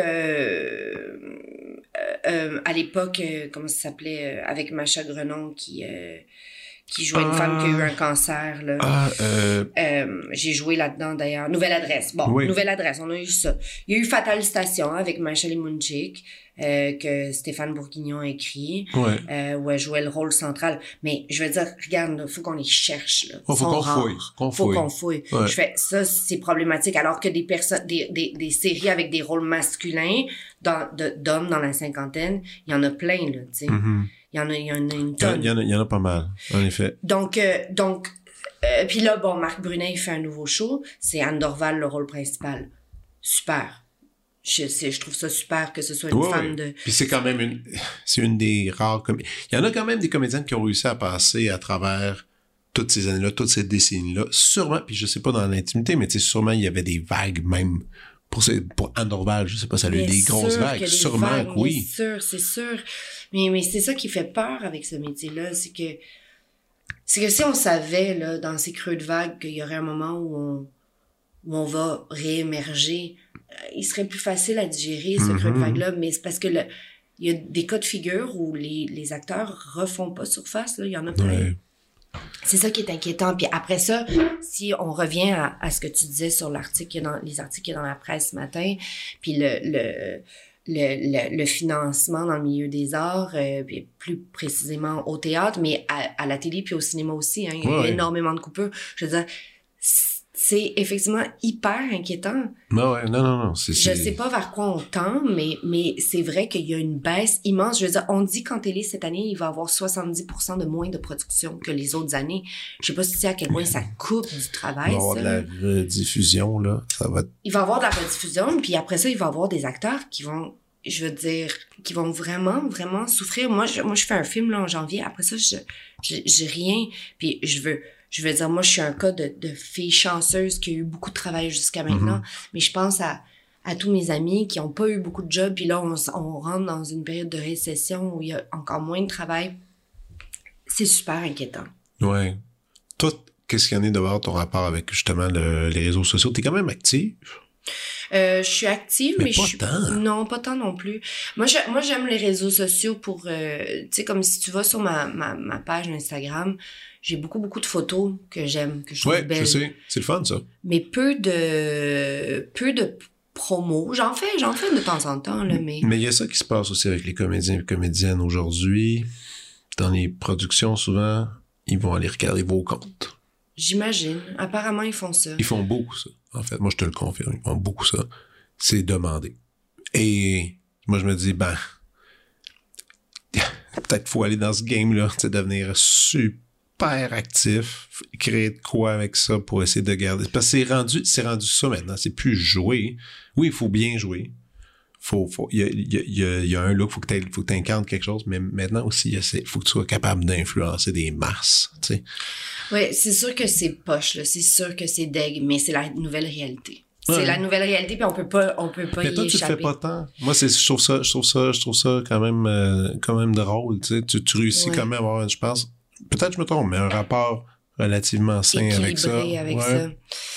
à l'époque, comment ça s'appelait, avec Macha Grenon qui jouait une femme qui a eu un cancer, là. J'ai joué là-dedans, d'ailleurs. Nouvelle adresse. Bon, oui. Nouvelle adresse, on a eu ça. Il y a eu Fatale Station avec Macha Limunchik, que Stéphane Bourguignon a écrit, où elle jouait le rôle central. Mais je veux dire, regarde, faut qu'on les cherche, là. Faut qu'on fouille. Ouais. Je fais, ça, c'est problématique. Alors que des séries avec des rôles masculins, d'hommes dans la cinquantaine, il y en a plein, là, tu sais. Mm-hmm. Il y en a une tonne. Il y en a pas mal, en effet. Donc, puis là, bon, Marc Brunet, il fait un nouveau show. C'est Anne Dorval, le rôle principal. Super. Je trouve ça super que ce soit une femme de... Puis c'est quand même c'est une des rares... Il y en a quand même des comédiennes qui ont réussi à passer à travers toutes ces années-là, toutes ces décennies-là. Sûrement, puis je sais pas dans l'intimité, mais tu sais, sûrement il y avait des vagues même... Pour Anne Dorval, je sais pas, ça a eu des grosses vagues. Sûrement que oui. C'est sûr. Mais c'est ça qui fait peur avec ce métier-là, c'est que si on savait, là, dans ces creux de vagues, qu'il y aurait un moment où on va réémerger, il serait plus facile à digérer ce creux de vague-là, mais c'est parce que il y a des cas de figure où les acteurs refont pas surface, là, il y en a plein. Ouais. C'est ça qui est inquiétant. Puis après ça, si on revient à ce que tu disais sur les articles qu'il y a dans la presse ce matin, puis le financement dans le milieu des arts, puis plus précisément au théâtre, mais à la télé puis au cinéma aussi, hein, il y a énormément de coupures. Je veux dire, c'est effectivement hyper inquiétant. Non. Je sais pas vers quoi on tend, mais c'est vrai qu'il y a une baisse immense. Je veux dire, on dit qu'en télé, cette année, il va y avoir 70% de moins de production que les autres années. Je sais pas si tu sais à quel point ça coupe du travail, il va y avoir de la rediffusion, là. Il va y avoir de la rediffusion, puis après ça, il va y avoir des acteurs qui vont, je veux dire, qui vont vraiment, vraiment souffrir. Moi, je fais un film, là, en janvier. Après ça, j'ai rien, puis je veux dire, moi, je suis un cas de fille chanceuse qui a eu beaucoup de travail jusqu'à maintenant, mais je pense à tous mes amis qui ont pas eu beaucoup de jobs, puis là, on rentre dans une période de récession où il y a encore moins de travail. C'est super inquiétant. Ouais. Toi, qu'est-ce qu'il y en a de voir ton rapport avec, justement, les réseaux sociaux? T'es quand même active? Je suis active, mais pas je suis tant. Non, pas tant non plus. Moi j'aime les réseaux sociaux pour tu sais, comme si tu vas sur ma page Instagram, j'ai beaucoup de photos que j'aime, que je trouve belles. Ouais, je sais, c'est le fun ça. Mais peu de promos, j'en fais de temps en temps là, mais il y a ça qui se passe aussi avec les comédiens et comédiennes aujourd'hui. Dans les productions, souvent, ils vont aller regarder vos comptes. J'imagine. Apparemment, ils font ça. Ils font beaucoup ça. En fait, moi, je te le confirme. Ils font beaucoup ça. C'est demandé. Et moi, je me dis, peut-être qu'il faut aller dans ce game-là, devenir super actif, créer de quoi avec ça pour essayer de garder. Parce que c'est rendu ça maintenant. C'est plus jouer. Oui, il faut bien jouer. Il y a un look, faut que tu incarnes quelque chose, mais maintenant aussi, il faut que tu sois capable d'influencer des masses, tu sais. Oui, c'est sûr que c'est poche, là. C'est sûr que c'est dég, mais c'est la nouvelle réalité. Ouais. C'est la nouvelle réalité, puis on peut pas mais y toi, échapper. tu le fais pas tant. Moi, je trouve ça quand même drôle, tu sais. Tu réussis quand même à avoir, je pense, peut-être je me trompe, mais un rapport relativement sain équilibré avec ça.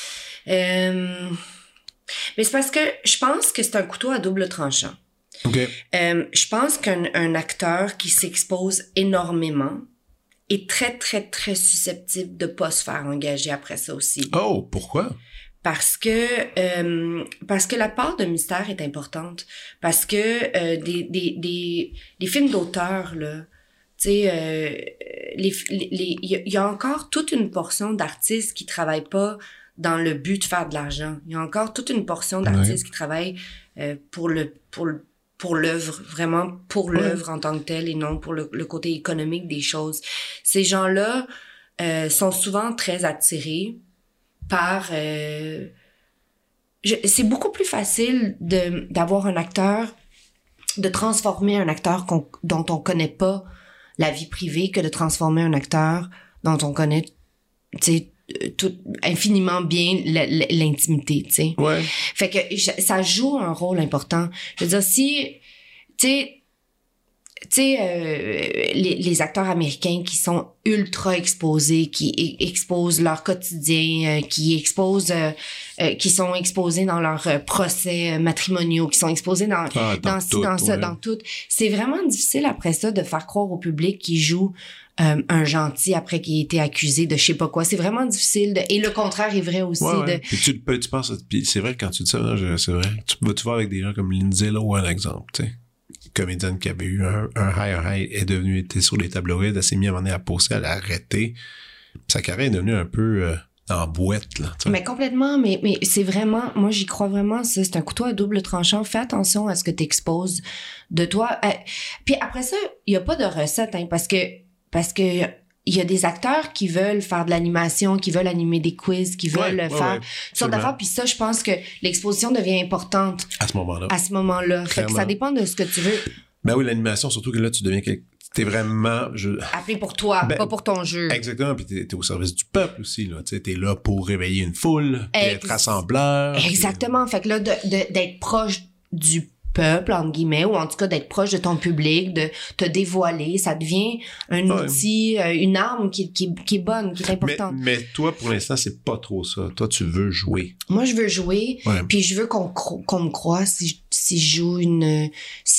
Mais c'est parce que je pense que c'est un couteau à double tranchant. OK. Je pense qu'un acteur qui s'expose énormément est très, très, très susceptible de pas se faire engager après ça aussi. Oh, pourquoi? Parce que la part de mystère est importante. Parce que des films d'auteur, là, tu sais, il y a encore toute une portion d'artistes qui travaillent pas dans le but de faire de l'argent. Il y a encore toute une portion d'artistes qui travaillent pour l'œuvre, vraiment pour l'œuvre en tant que telle et non pour le côté économique des choses. Ces gens-là sont souvent très attirés par... c'est beaucoup plus facile d'avoir un acteur, de transformer un acteur dont on connaît pas la vie privée que de transformer un acteur dont on connaît, tu sais, infiniment bien l'intimité, tu sais. Ouais. Fait que ça joue un rôle important. Je veux dire, si, tu sais, les acteurs américains qui sont ultra exposés, qui exposent leur quotidien, qui sont exposés dans leurs procès matrimoniaux, qui sont exposés dans tout. C'est vraiment difficile après ça de faire croire au public qu'ils jouent un gentil après qu'il ait été accusé de je sais pas quoi. C'est vraiment difficile et le contraire est vrai aussi. Puis tu penses, puis c'est vrai que quand tu dis ça, c'est vrai. Tu vas avec des gens comme Lindsay Lohan, exemple, tu sais. Comédienne qui avait eu un high était sur les tabloïds, elle s'est mise à un moment donné à poster, elle a arrêté. Sa carrière est devenue un peu en boîte, là. T'sais. Mais complètement, mais c'est vraiment, moi j'y crois vraiment, ça, c'est un couteau à double tranchant. Fais attention à ce que t'exposes de toi. Puis après ça, il y a pas de recette, hein, parce que il y a des acteurs qui veulent faire de l'animation, qui veulent animer des quiz, qui veulent faire toutes sortes d'affaires. Puis ça, je pense que l'exposition devient importante à ce moment-là. Fait que ça dépend de ce que tu veux. Ben oui, l'animation, surtout que là, tu deviens t'es vraiment... appelé pour toi, pas pour ton jeu. Exactement, puis t'es au service du peuple aussi, là. Tu sais, t'es là pour réveiller une foule, être rassembleur. Exactement. Fait que là, d'être proche du peuple, entre guillemets, ou en tout cas d'être proche de ton public, de te dévoiler, ça devient un outil, une arme qui est bonne, qui est importante. Mais toi, pour l'instant, c'est pas trop ça. Toi, tu veux jouer. Moi, je veux jouer, puis je veux qu'on me croie si je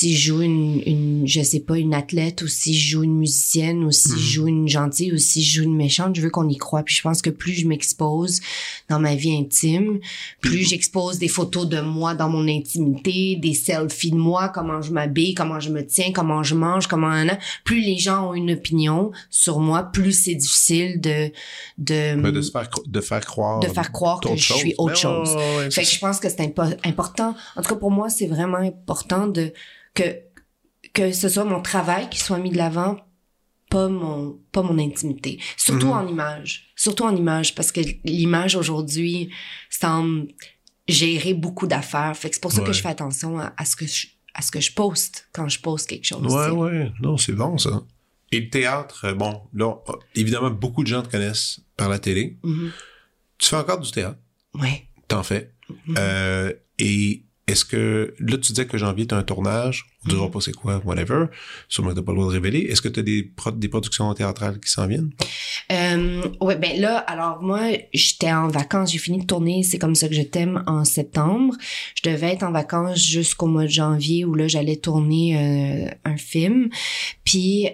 si je joue je sais pas, une athlète, ou si je joue une musicienne, ou si je joue une gentille, ou si je joue une méchante, je veux qu'on y croit. Puis je pense que plus je m'expose dans ma vie intime, plus j'expose des photos de moi dans mon intimité, des selfies de moi, comment je m'habille, comment je me tiens, comment je mange, plus les gens ont une opinion sur moi, plus c'est difficile de faire croire que je suis autre chose. Fait que je pense que c'est important. En tout cas, pour moi, c'est vraiment important que ce soit mon travail qui soit mis de l'avant, pas mon intimité. Surtout en image. Surtout en image, parce que l'image aujourd'hui semble gérer beaucoup d'affaires. Fait que c'est pour ça que je fais attention à ce que je poste quand je poste quelque chose. Ouais. Non, c'est bon, ça. Et le théâtre, bon, là, évidemment, beaucoup de gens te connaissent par la télé. Tu fais encore du théâtre? Oui. T'en fais. Et est-ce que, là, tu disais que janvier, t'as un tournage, on dira pas c'est quoi, whatever, sûrement que t'as pas le droit de révéler. Est-ce que t'as des productions théâtrales qui s'en viennent? Ouais, ben là, alors moi, j'étais en vacances, j'ai fini de tourner C'est comme ça que je t'aime en septembre. Je devais être en vacances jusqu'au mois de janvier où là, j'allais tourner un film. Puis,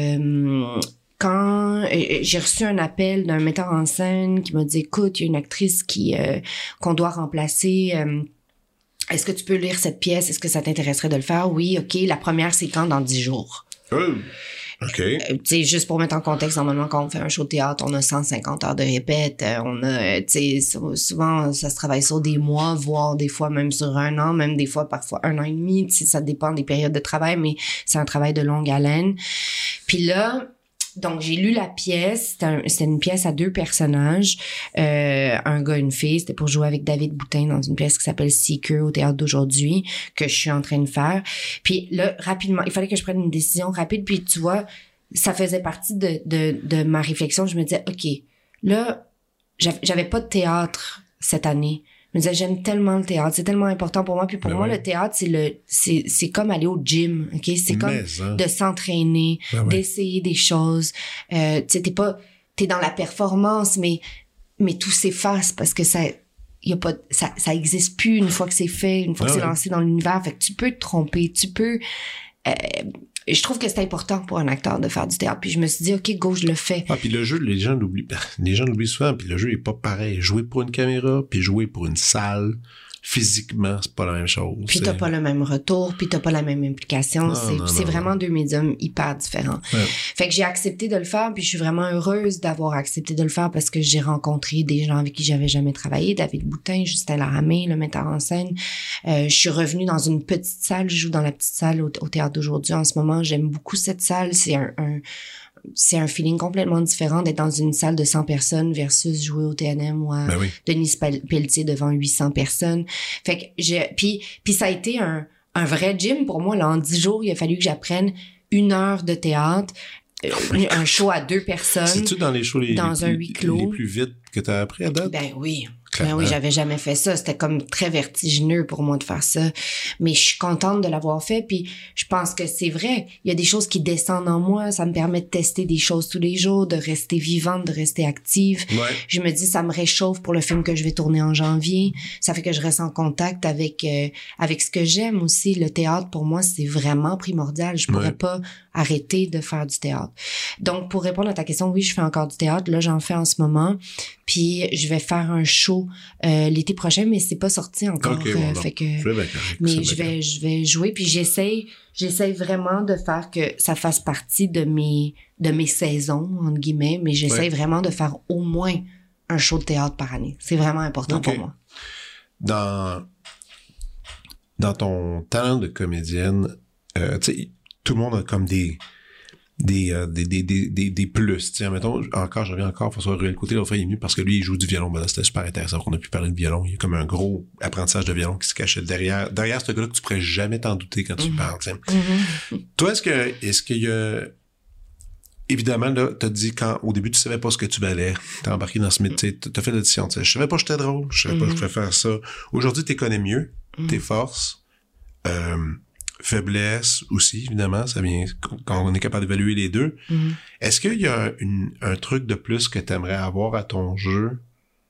quand j'ai reçu un appel d'un metteur en scène qui m'a dit, écoute, il y a une actrice qu'on doit remplacer, est-ce que tu peux lire cette pièce? Est-ce que ça t'intéresserait de le faire? Oui, OK. La première, c'est quand? Dans 10 jours. OK. Tu sais, juste pour mettre en contexte, normalement, quand on fait un show de théâtre, on a 150 heures de répète. On a, tu sais, souvent, ça se travaille sur des mois, voire des fois même sur un an, même des fois, parfois 1 an et demi. Tu sais, ça dépend des périodes de travail, mais c'est un travail de longue haleine. Puis là, donc, j'ai lu la pièce. C'était une pièce à 2 personnages, un gars, une fille. C'était pour jouer avec David Boutin dans une pièce qui s'appelle Seeker au Théâtre d'aujourd'hui, que je suis en train de faire. Puis là, rapidement, il fallait que je prenne une décision rapide. Puis tu vois, ça faisait partie de ma réflexion. Je me disais, OK, là, j'avais pas de théâtre cette année. Je me disais, j'aime tellement le théâtre, c'est tellement important pour moi. Puis pour moi, le théâtre, c'est comme aller au gym, OK? C'est comme de s'entraîner, d'essayer des choses. Tu sais, t'es dans la performance, mais tout s'efface parce que ça existe plus une fois que c'est fait, une fois que c'est lancé dans l'univers. Fait que tu peux te tromper, tu peux... je trouve que c'est important pour un acteur de faire du théâtre. Puis je me suis dit, OK, go, je le fais. Ah, puis le jeu, les gens l'oublient souvent, puis le jeu est pas pareil. Jouer pour une caméra, puis jouer pour une salle, physiquement, c'est pas la même chose. Puis t'as pas le même retour, puis t'as pas la même implication. C'est vraiment 2 médiums hyper différents. Ouais. Fait que j'ai accepté de le faire, puis je suis vraiment heureuse d'avoir accepté de le faire parce que j'ai rencontré des gens avec qui j'avais jamais travaillé. David Boutin, Justin Laramé, le metteur en scène. Je suis revenue dans une petite salle. Je joue dans la petite salle au Théâtre d'aujourd'hui en ce moment. J'aime beaucoup cette salle. C'est un feeling complètement différent d'être dans une salle de 100 personnes versus jouer au TNM ou à Denise Pelletier devant 800 personnes. Fait que puis ça a été un vrai gym pour moi. Là, en 10 jours, il a fallu que j'apprenne 1 heure de théâtre, un show à 2 personnes. C'est-tu dans les shows un huis clos les plus vite que tu as appris à date? Ben oui. Ben oui, j'avais jamais fait ça. C'était comme très vertigineux pour moi de faire ça. Mais je suis contente de l'avoir fait. Puis je pense que c'est vrai. Il y a des choses qui descendent en moi. Ça me permet de tester des choses tous les jours, de rester vivante, de rester active. Ouais. Je me dis, ça me réchauffe pour le film que je vais tourner en janvier. Ça fait que je reste en contact avec ce que j'aime aussi. Le théâtre, pour moi, c'est vraiment primordial. Je pourrais pas arrêter de faire du théâtre. Donc, pour répondre à ta question, oui, je fais encore du théâtre. Là, j'en fais en ce moment. Puis je vais faire un show l'été prochain, mais c'est pas sorti encore. Okay, fait que mais je vais jouer, puis j'essaye vraiment de faire que ça fasse partie de mes saisons entre guillemets, mais j'essaye vraiment de faire au moins un show de théâtre par année. C'est vraiment important pour moi. Dans ton talent de comédienne, tu sais, tout le monde a comme des plus, tu sais, mettons, je reviens encore, François Ruel-Côté, l'autre fois, il est venu parce que lui, il joue du violon, ben là, c'était super intéressant qu'on a pu parler de violon, il y a comme un gros apprentissage de violon qui se cachait derrière ce gars-là que tu pourrais jamais t'en douter quand tu parles, tu sais. Toi, est-ce qu'il y a, évidemment, là, t'as dit au début, tu savais pas ce que tu valais, t'es embarqué dans ce métier, t'as fait l'audition, tu sais, je savais pas que j'étais drôle, je savais pas que je pouvais faire ça. Aujourd'hui, t'es connais mieux, tes forces, faiblesse aussi, évidemment, ça vient quand on est capable d'évaluer les deux. Est-ce qu'il y a un truc de plus que tu aimerais avoir à ton jeu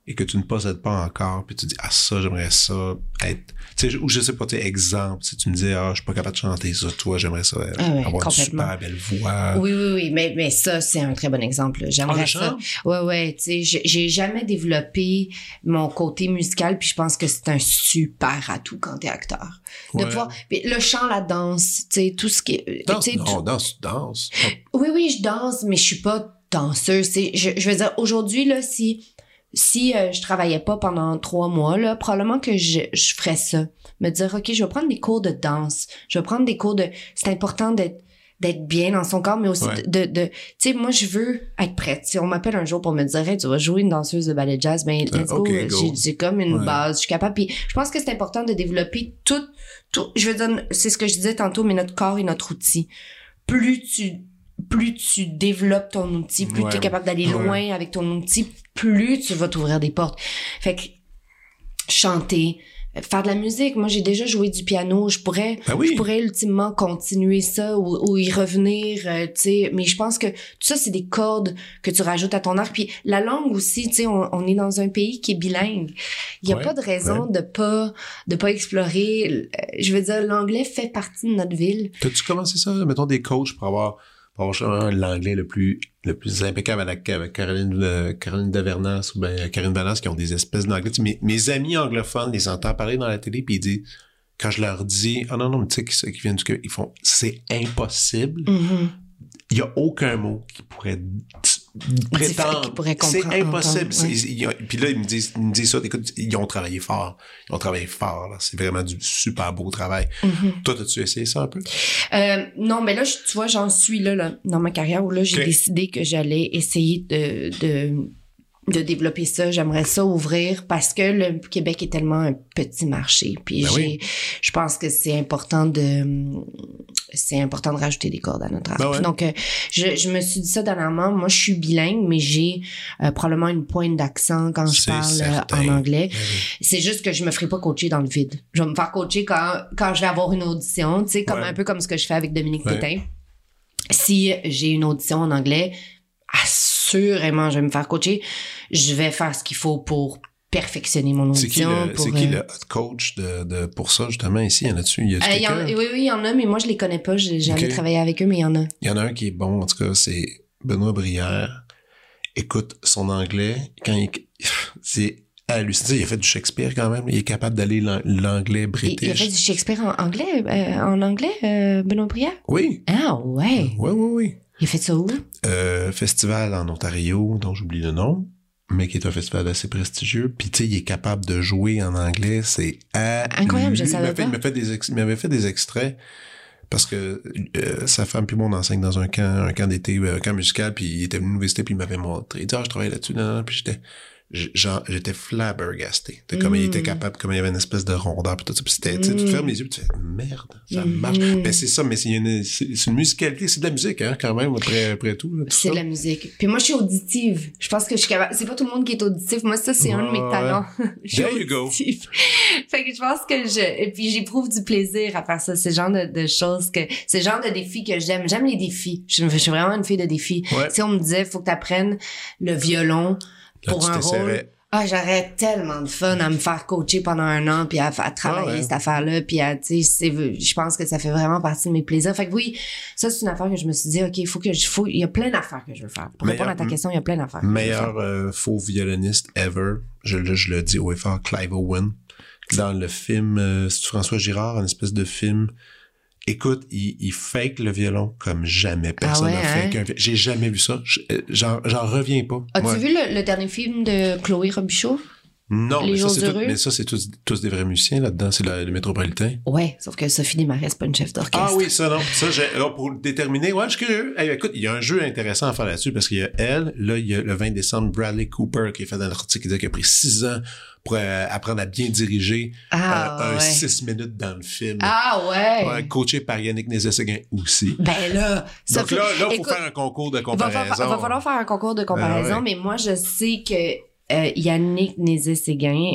et que tu ne possèdes pas encore, puis tu dis, ça, j'aimerais ça être, tu sais, ou je sais pas, tu sais, exemple, si tu me dis, je suis pas capable de chanter ça, toi, j'aimerais ça avoir une super belle voix. Oui, mais ça, c'est un très bon exemple, là. J'aimerais ça. Ouais, tu sais, j'ai jamais développé mon côté musical, puis je pense que c'est un super atout quand t'es acteur. De pouvoir, le chant, la danse, tu sais, tout ce qui est... Danse. Oui, je danse, mais je suis pas danseuse. Je veux dire, aujourd'hui, là, si je travaillais pas pendant 3 mois, là, probablement que je ferais ça. Me dire, OK, je vais prendre des cours de danse. Je vais prendre des cours de... C'est important d'être bien dans son corps, mais aussi tu sais, moi, je veux être prête. Si on m'appelle un jour pour me dire, hey, tu vas jouer une danseuse de ballet jazz, ben, let's go. J'ai comme une base. Je suis capable. Puis je pense que c'est important de développer tout. Je veux dire, c'est ce que je disais tantôt, mais notre corps est notre outil. Plus tu développes ton outil, plus tu es capable d'aller loin avec ton outil, plus tu vas t'ouvrir des portes. Fait que chanter, faire de la musique. Moi, j'ai déjà joué du piano. Je pourrais ultimement continuer ça ou y revenir, tu sais. Mais je pense que tout ça, c'est des cordes que tu rajoutes à ton arc. Puis la langue aussi, tu sais, on est dans un pays qui est bilingue. Il y a pas de raison de pas explorer. Je veux dire, l'anglais fait partie de notre ville. T'as-tu commencé ça? Mettons des coachs pour avoir l'anglais le plus impeccable avec Caroline Davernas ou ben Karine Vanasse qui ont des espèces d'anglais. Mes amis anglophones les entendent parler dans la télé puis ils disent, quand je leur dis non mais tu sais qui viennent du Québec, ils font c'est impossible. Mm-hmm. Il y a aucun mot qui pourrait prétendre. C'est impossible. Puis là, ils me disent ça. Écoute, ils ont travaillé fort. Là. C'est vraiment du super beau travail. Mm-hmm. Toi, as-tu essayé ça un peu? Non, mais là, tu vois, j'en suis là, dans ma carrière où là, j'ai décidé que j'allais essayer de développer ça. J'aimerais ça ouvrir parce que le Québec est tellement un petit marché. Puis je pense que c'est important de rajouter des cordes à notre arc. Donc, je me suis dit ça dernièrement. Moi, je suis bilingue, mais j'ai probablement une pointe d'accent quand je parle en anglais. C'est juste que je me ferai pas coacher dans le vide. Je vais me faire coacher quand je vais avoir une audition, tu sais, un peu comme ce que je fais avec Dominique Pétain. Si j'ai une audition en anglais, assurément, je vais me faire coacher. Je vais faire ce qu'il faut pour perfectionner mon audition. C'est qui le coach pour ça, justement, ici? Y en a-tu? Oui, il y en a, mais moi, je les connais pas. J'ai jamais travaillé avec eux, mais il y en a. Il y en a un qui est bon, en tout cas, c'est Benoît Brière. Écoute, son anglais, c'est hallucinant. Il a fait du Shakespeare quand même. Il est capable d'aller l'anglais british. Il a fait du Shakespeare en anglais, Benoît Brière? Oui. Ah, ouais. Oui. Il a fait ça où? Festival en Ontario, dont j'oublie le nom, mais qui est un festival assez prestigieux. Puis tu sais, il est capable de jouer en anglais, c'est incroyable, je savais pas. Il m'avait fait des extraits parce que sa femme puis moi on enseigne dans un camp d'été, un camp musical, puis il était venu à l'université puis il m'avait montré. Il dit je travaille là-dessus, puis j'étais flabbergasté de comment il était capable, comment il y avait une espèce de rondeur pis tout ça. Pis c'était, tu fermes les yeux pis tu fais merde, ça marche. Mais c'est ça, mais c'est une musicalité, c'est de la musique, hein, quand même, après tout. Là, c'est de la musique. Puis moi, je suis auditive. Je pense que je suis capable. C'est pas tout le monde qui est auditif. Moi, ça, c'est un de mes talents. There you go. Fait que je pense que et puis j'éprouve du plaisir à faire ça. C'est le genre de choses c'est le genre de défis que j'aime. J'aime les défis. Je suis vraiment une fille de défis. Si on me disait, faut que t'apprennes le violon, pour un rôle. J'aurais tellement de fun à me faire coacher pendant 1 an puis à travailler cette affaire-là puis je pense que ça fait vraiment partie de mes plaisirs. Fait que oui, ça c'est une affaire que je me suis dit il y a plein d'affaires que je veux faire. Pour répondre à ta question, il y a plein d'affaires. Meilleur faux violoniste ever, je le dis haut et fort, Clive Owen. Dans le film, c'est François Girard, une espèce de film. Écoute, il fake le violon comme jamais personne n'a fait. J'ai jamais vu ça. J'en reviens pas. As-tu vu le dernier film de Chloé Robichaud? Non, mais ça, c'est tous des vrais musiciens là-dedans. C'est le Métropolitain. Ouais, sauf que Sophie Desmarais, c'est pas une chef d'orchestre. Ah oui, ça, non. Ça, pour le déterminer, je suis curieux. Hey, écoute, il y a un jeu intéressant à faire là-dessus parce qu'il y a elle, là, il y a le 20 décembre, Bradley Cooper qui est fait dans l'article qui dit qu'il a pris 6 ans pour apprendre à bien diriger 6 minutes dans le film. Coaché par Yannick Nézet-Séguin aussi. Ben là, donc là, il faut faire un concours de comparaison. Il va falloir faire un concours de comparaison, mais moi, je sais que Yannick Nézet-Séguin,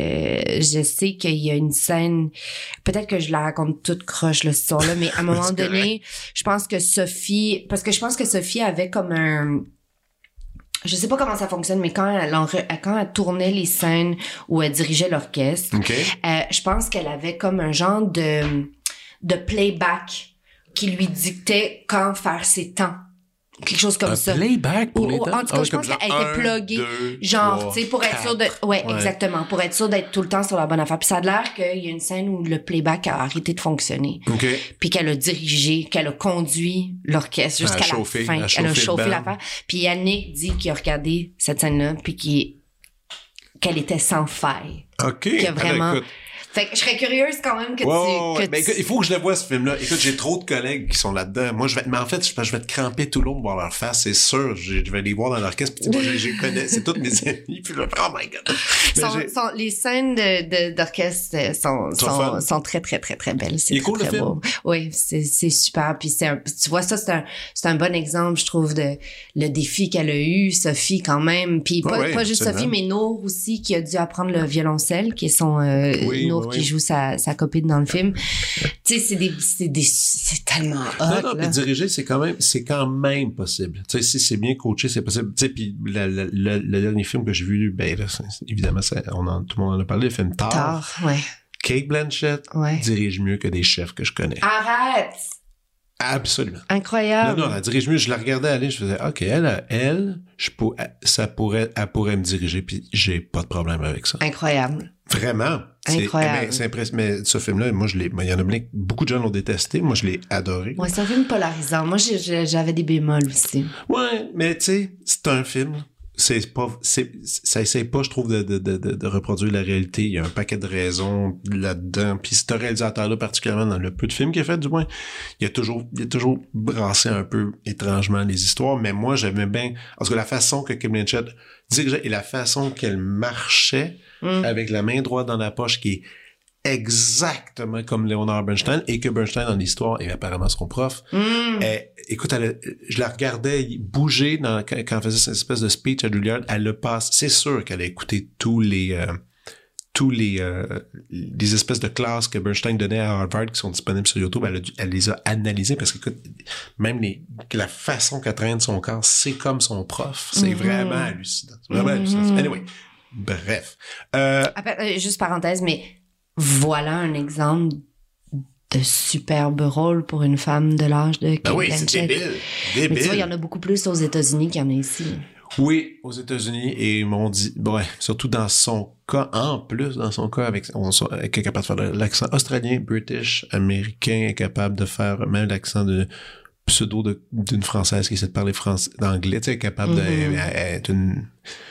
je sais qu'il y a une scène, peut-être que je la raconte toute croche, là, cette histoire-là, mais à un moment donné, je pense que Sophie avait comme je sais pas comment ça fonctionne, mais quand elle tournait les scènes où elle dirigeait l'orchestre, je pense qu'elle avait comme un genre de playback qui lui dictait quand faire ses temps. Quelque chose comme ça. Playback pour les temps? En tout cas, je pense qu'elle était pluguée. Genre, tu sais, pour être sûre de... Ouais, exactement. Pour être sûre d'être tout le temps sur la bonne affaire. Puis ça a l'air qu'il y a une scène où le playback a arrêté de fonctionner. Puis qu'elle a dirigé, qu'elle a conduit l'orchestre jusqu'à la fin. Elle a chauffé l'affaire. Puis Yannick dit qu'il a regardé cette scène-là puis qu'elle était sans faille. Qu'il a vraiment... Fait que je serais curieuse quand même que tu... Mais écoute, il faut que je le voie, ce film-là. Écoute, j'ai trop de collègues qui sont là-dedans. Moi, mais en fait, je vais te cramper tout le long de voir leur face, c'est sûr. Je vais les voir dans l'orchestre. Puis moi, je connais. C'est tous mes amis. Puis là, oh my God. Les scènes d'orchestre sont très, très, très, très belles. C'est cool, très, le film. beau. Oui, c'est super. Puis tu vois, ça, c'est un bon exemple, je trouve, de le défi qu'elle a eu, Sophie, quand même. Puis pas juste Sophie, mais Nour aussi, qui a dû apprendre le violoncelle, qui est son... Nour qui joue sa copine dans le film. Tu sais, c'est tellement hot. Non, mais diriger, c'est quand même possible. Tu sais, si c'est bien coaché, c'est possible. Tu sais, puis le dernier film que j'ai vu, ben là, évidemment, tout le monde en a parlé, le film Tar. Cate Blanchett dirige mieux que des chefs que je connais. Arrête! Absolument. Incroyable. Non, elle dirige mieux. Je la regardais aller, je faisais, OK, elle pourrait me diriger, puis j'ai pas de problème avec ça. Incroyable. Vraiment. Incroyable. C'est impressionnant. Mais ce film-là, moi, il y en a beaucoup de gens l'ont détesté. Moi, je l'ai adoré. Ouais, c'est un film polarisant. Moi, j'avais des bémols aussi. Ouais, mais tu sais, c'est un film. Ça essaie pas, je trouve, de reproduire la réalité. Il y a un paquet de raisons là-dedans. Puis ce réalisateur-là, particulièrement dans le peu de films qu'il a fait, du moins, il a toujours brassé un peu étrangement les histoires. Mais moi, j'aimais bien, parce que la façon que Cate Blanchett dirigeait et la façon qu'elle marchait avec la main droite dans la poche, qui est exactement comme Leonard Bernstein, et que Bernstein dans l'histoire est apparemment son prof. Écoute, je la regardais bouger quand elle faisait cette espèce de speech à Juilliard. Elle le passe. C'est sûr qu'elle a écouté tous les espèces de classes que Bernstein donnait à Harvard qui sont disponibles sur YouTube. Elle les a analysées parce que, écoute, même la façon qu'elle traîne son corps, c'est comme son prof. C'est vraiment hallucinant. C'est vraiment hallucinant. Anyway, bref. Juste parenthèse, mais voilà un exemple de superbe rôle pour une femme de l'âge de Cate Blanchett. C'est débile. Mais tu vois, il y en a beaucoup plus aux États-Unis qu'il y en a ici. Oui, aux États-Unis, et m'ont dit, surtout dans son cas, elle est capable de faire l'accent australien, british, américain, est capable de faire même l'accent de pseudo d'une Française qui essaie de parler d'anglais, tu sais, capable d'être une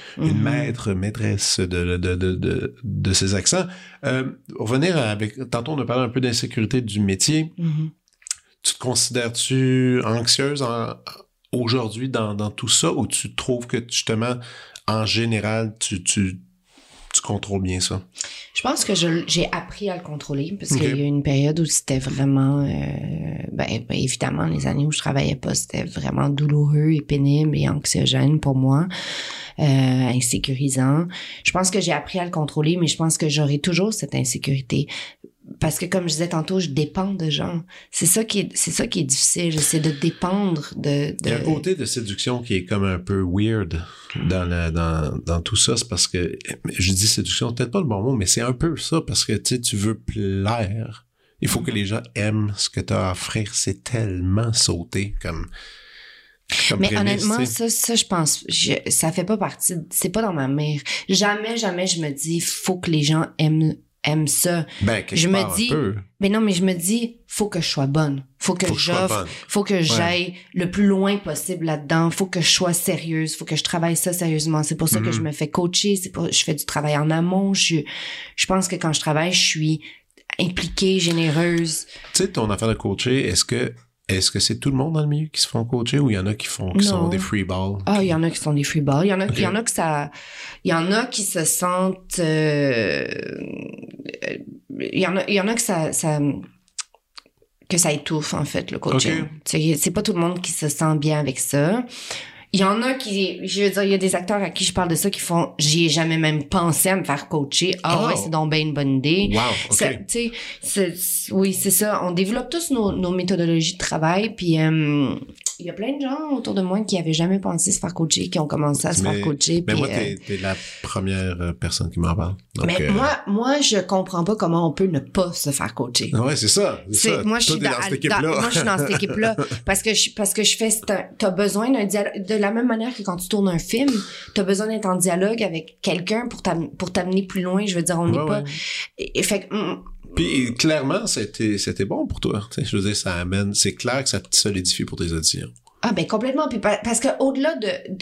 maîtresse de ses accents. Revenir tantôt on a parlé un peu d'insécurité du métier. Tu te considères-tu anxieuse aujourd'hui dans tout ça, ou tu trouves que justement, en général, tu contrôles bien ça? Je pense que j'ai appris à le contrôler, parce qu'il y a eu une période où c'était vraiment, évidemment, les années où je travaillais pas, c'était vraiment douloureux et pénible et anxiogène pour moi, insécurisant. Je pense que j'ai appris à le contrôler, mais je pense que j'aurai toujours cette insécurité. Parce que, comme je disais tantôt, je dépends de gens. C'est ça qui est difficile. C'est de dépendre de... Il y a un côté de séduction qui est comme un peu weird dans tout ça. C'est parce que, je dis séduction, peut-être pas le bon mot, mais c'est un peu ça, parce que, tu veux plaire. Il faut que les gens aiment ce que tu as à offrir. C'est tellement sauté comme mais honnêtement, ça, je pense, ça fait pas partie, c'est pas dans ma mère. Jamais je me dis, faut que les gens aiment ça. Je me dis, mais non, mais je me dis, faut que je sois bonne. Faut que j'offre. Faut que j'aille le plus loin possible là-dedans. Faut que je sois sérieuse. Faut que je travaille ça sérieusement. C'est pour ça que je me fais coacher. Je fais du travail en amont. Je pense que quand je travaille, je suis impliquée, généreuse. Tu sais, ton affaire de coacher, est-ce que c'est tout le monde dans le milieu qui se font coacher, ou il y en a qui sont des free balls? Ah, il y en a qui sont des free balls. Il y en a qui se sentent, il y en a que ça étouffe, en fait, le coaching. C'est pas tout le monde qui se sent bien avec ça. Il y en a qui, je veux dire, il y a des acteurs à qui je parle de ça qui font, j'y ai jamais même pensé à me faire coacher. Ouais, c'est donc bien une bonne idée. Wow, tu sais, oui, c'est ça. On développe tous nos méthodologies de travail, puis il y a plein de gens autour de moi qui avaient jamais pensé se faire coacher, qui ont commencé à se faire coacher. Mais puis, moi, t'es la première personne qui m'en parle. Donc, mais moi, je comprends pas comment on peut ne pas se faire coacher. Ouais, c'est ça. Moi, je suis dans cette équipe-là. Moi, je suis dans cette équipe-là parce que je fais, t'as besoin d'un dialogue, de la même manière que quand tu tournes un film, t'as besoin d'être en dialogue avec quelqu'un pour t'amener plus loin. Je veux dire, on n'est pas, fait que, puis clairement, c'était bon pour toi. T'sais, je veux dire, ça amène. C'est clair que ça te solidifie pour tes auditions. Ah ben complètement. Puis parce que au-delà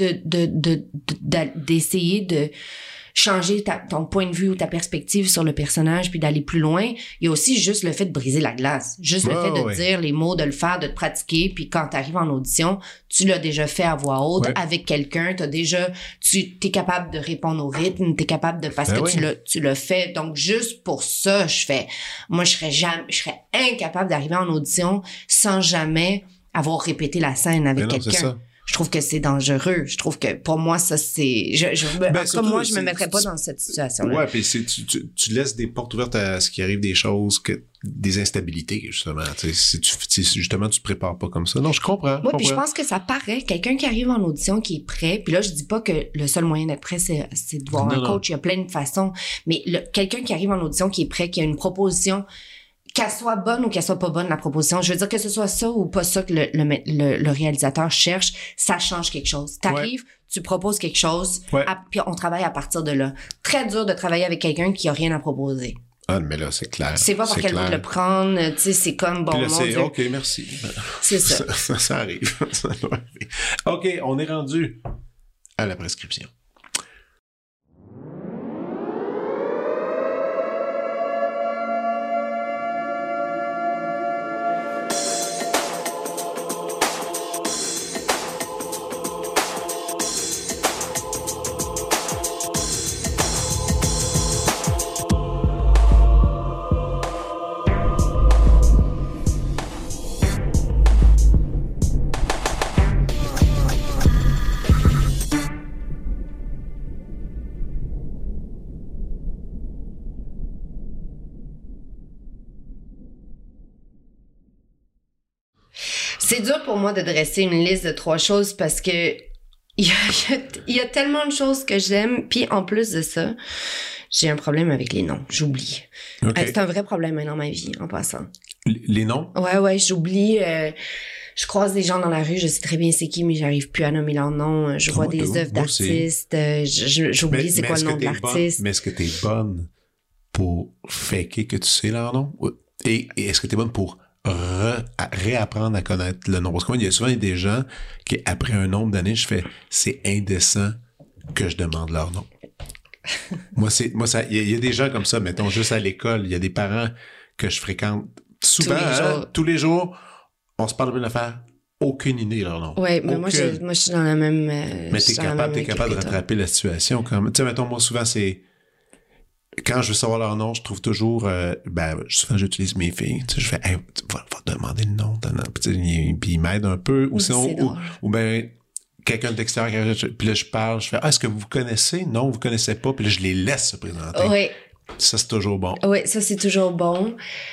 d'essayer de changer ton point de vue ou ta perspective sur le personnage puis d'aller plus loin, il y a aussi juste le fait de briser la glace. Juste le fait de dire les mots, de le faire, de te pratiquer. Puis quand t'arrives en audition, tu l'as déjà fait à voix haute avec quelqu'un. T'es capable de répondre au rythme, t'es capable de, parce que tu l'as fait. Donc juste pour ça, je serais incapable d'arriver en audition sans jamais avoir répété la scène avec quelqu'un. Je trouve que c'est dangereux. Je trouve que pour moi, ça, c'est... Comme moi, je me mettrais pas dans cette situation-là. Ouais, puis tu laisses des portes ouvertes à ce qui arrive des choses, des instabilités, justement. Si justement, tu te prépares pas comme ça. Non, je comprends. Oui, puis je pense que ça paraît. Quelqu'un qui arrive en audition, qui est prêt, puis là, je dis pas que le seul moyen d'être prêt, c'est de voir un coach. Il y a plein de façons. Mais quelqu'un qui arrive en audition, qui est prêt, qui a une proposition... Qu'elle soit bonne ou qu'elle soit pas bonne, la proposition. Je veux dire que ce soit ça ou pas ça que le réalisateur cherche, ça change quelque chose. T'arrives, tu proposes quelque chose, puis on travaille à partir de là. Très dur de travailler avec quelqu'un qui a rien à proposer. Ah, mais là, c'est clair. C'est pas par quel bout de le prendre, tu sais, c'est comme, bon, puis là, mon Dieu. OK, merci. C'est ça. Ça arrive. Ça doit arriver. OK, on est rendu à la prescription. C'est dur pour moi de dresser une liste de 3 choses parce que il y a tellement de choses que j'aime. Puis en plus de ça, j'ai un problème avec les noms. J'oublie. Okay. C'est un vrai problème dans ma vie, en passant. Les noms? Ouais, j'oublie. Je croise des gens dans la rue, je sais très bien c'est qui, mais j'arrive plus à nommer leur nom. Je vois des œuvres d'artistes. J'oublie c'est quoi le nom de l'artiste. Mais est-ce que t'es bonne pour faker que tu sais leur nom? Et est-ce que t'es bonne pour réapprendre à connaître le nom? Parce qu'il y a souvent des gens qui, après un nombre d'années, je fais « c'est indécent que je demande leur nom ». Il y a des gens comme ça, mettons, juste à l'école, il y a des parents que je fréquente souvent, tous les jours, on se parle de même affaire, aucune idée leur nom. Oui, mais moi, je suis dans la même... mais t'es capable de rattraper la situation quand même. Tu sais, mettons, moi, souvent, c'est... Quand je veux savoir leur nom, je trouve toujours... souvent, j'utilise mes filles. Tu sais, je fais hey, va demander le nom. Puis ils m'aident un peu. Ou bien quelqu'un d'extérieur, puis là, je parle, je fais est-ce que vous connaissez? Non, vous connaissez pas. Puis là, je les laisse se présenter. Oui. Ça, c'est toujours bon. Oui, ça, c'est toujours bon.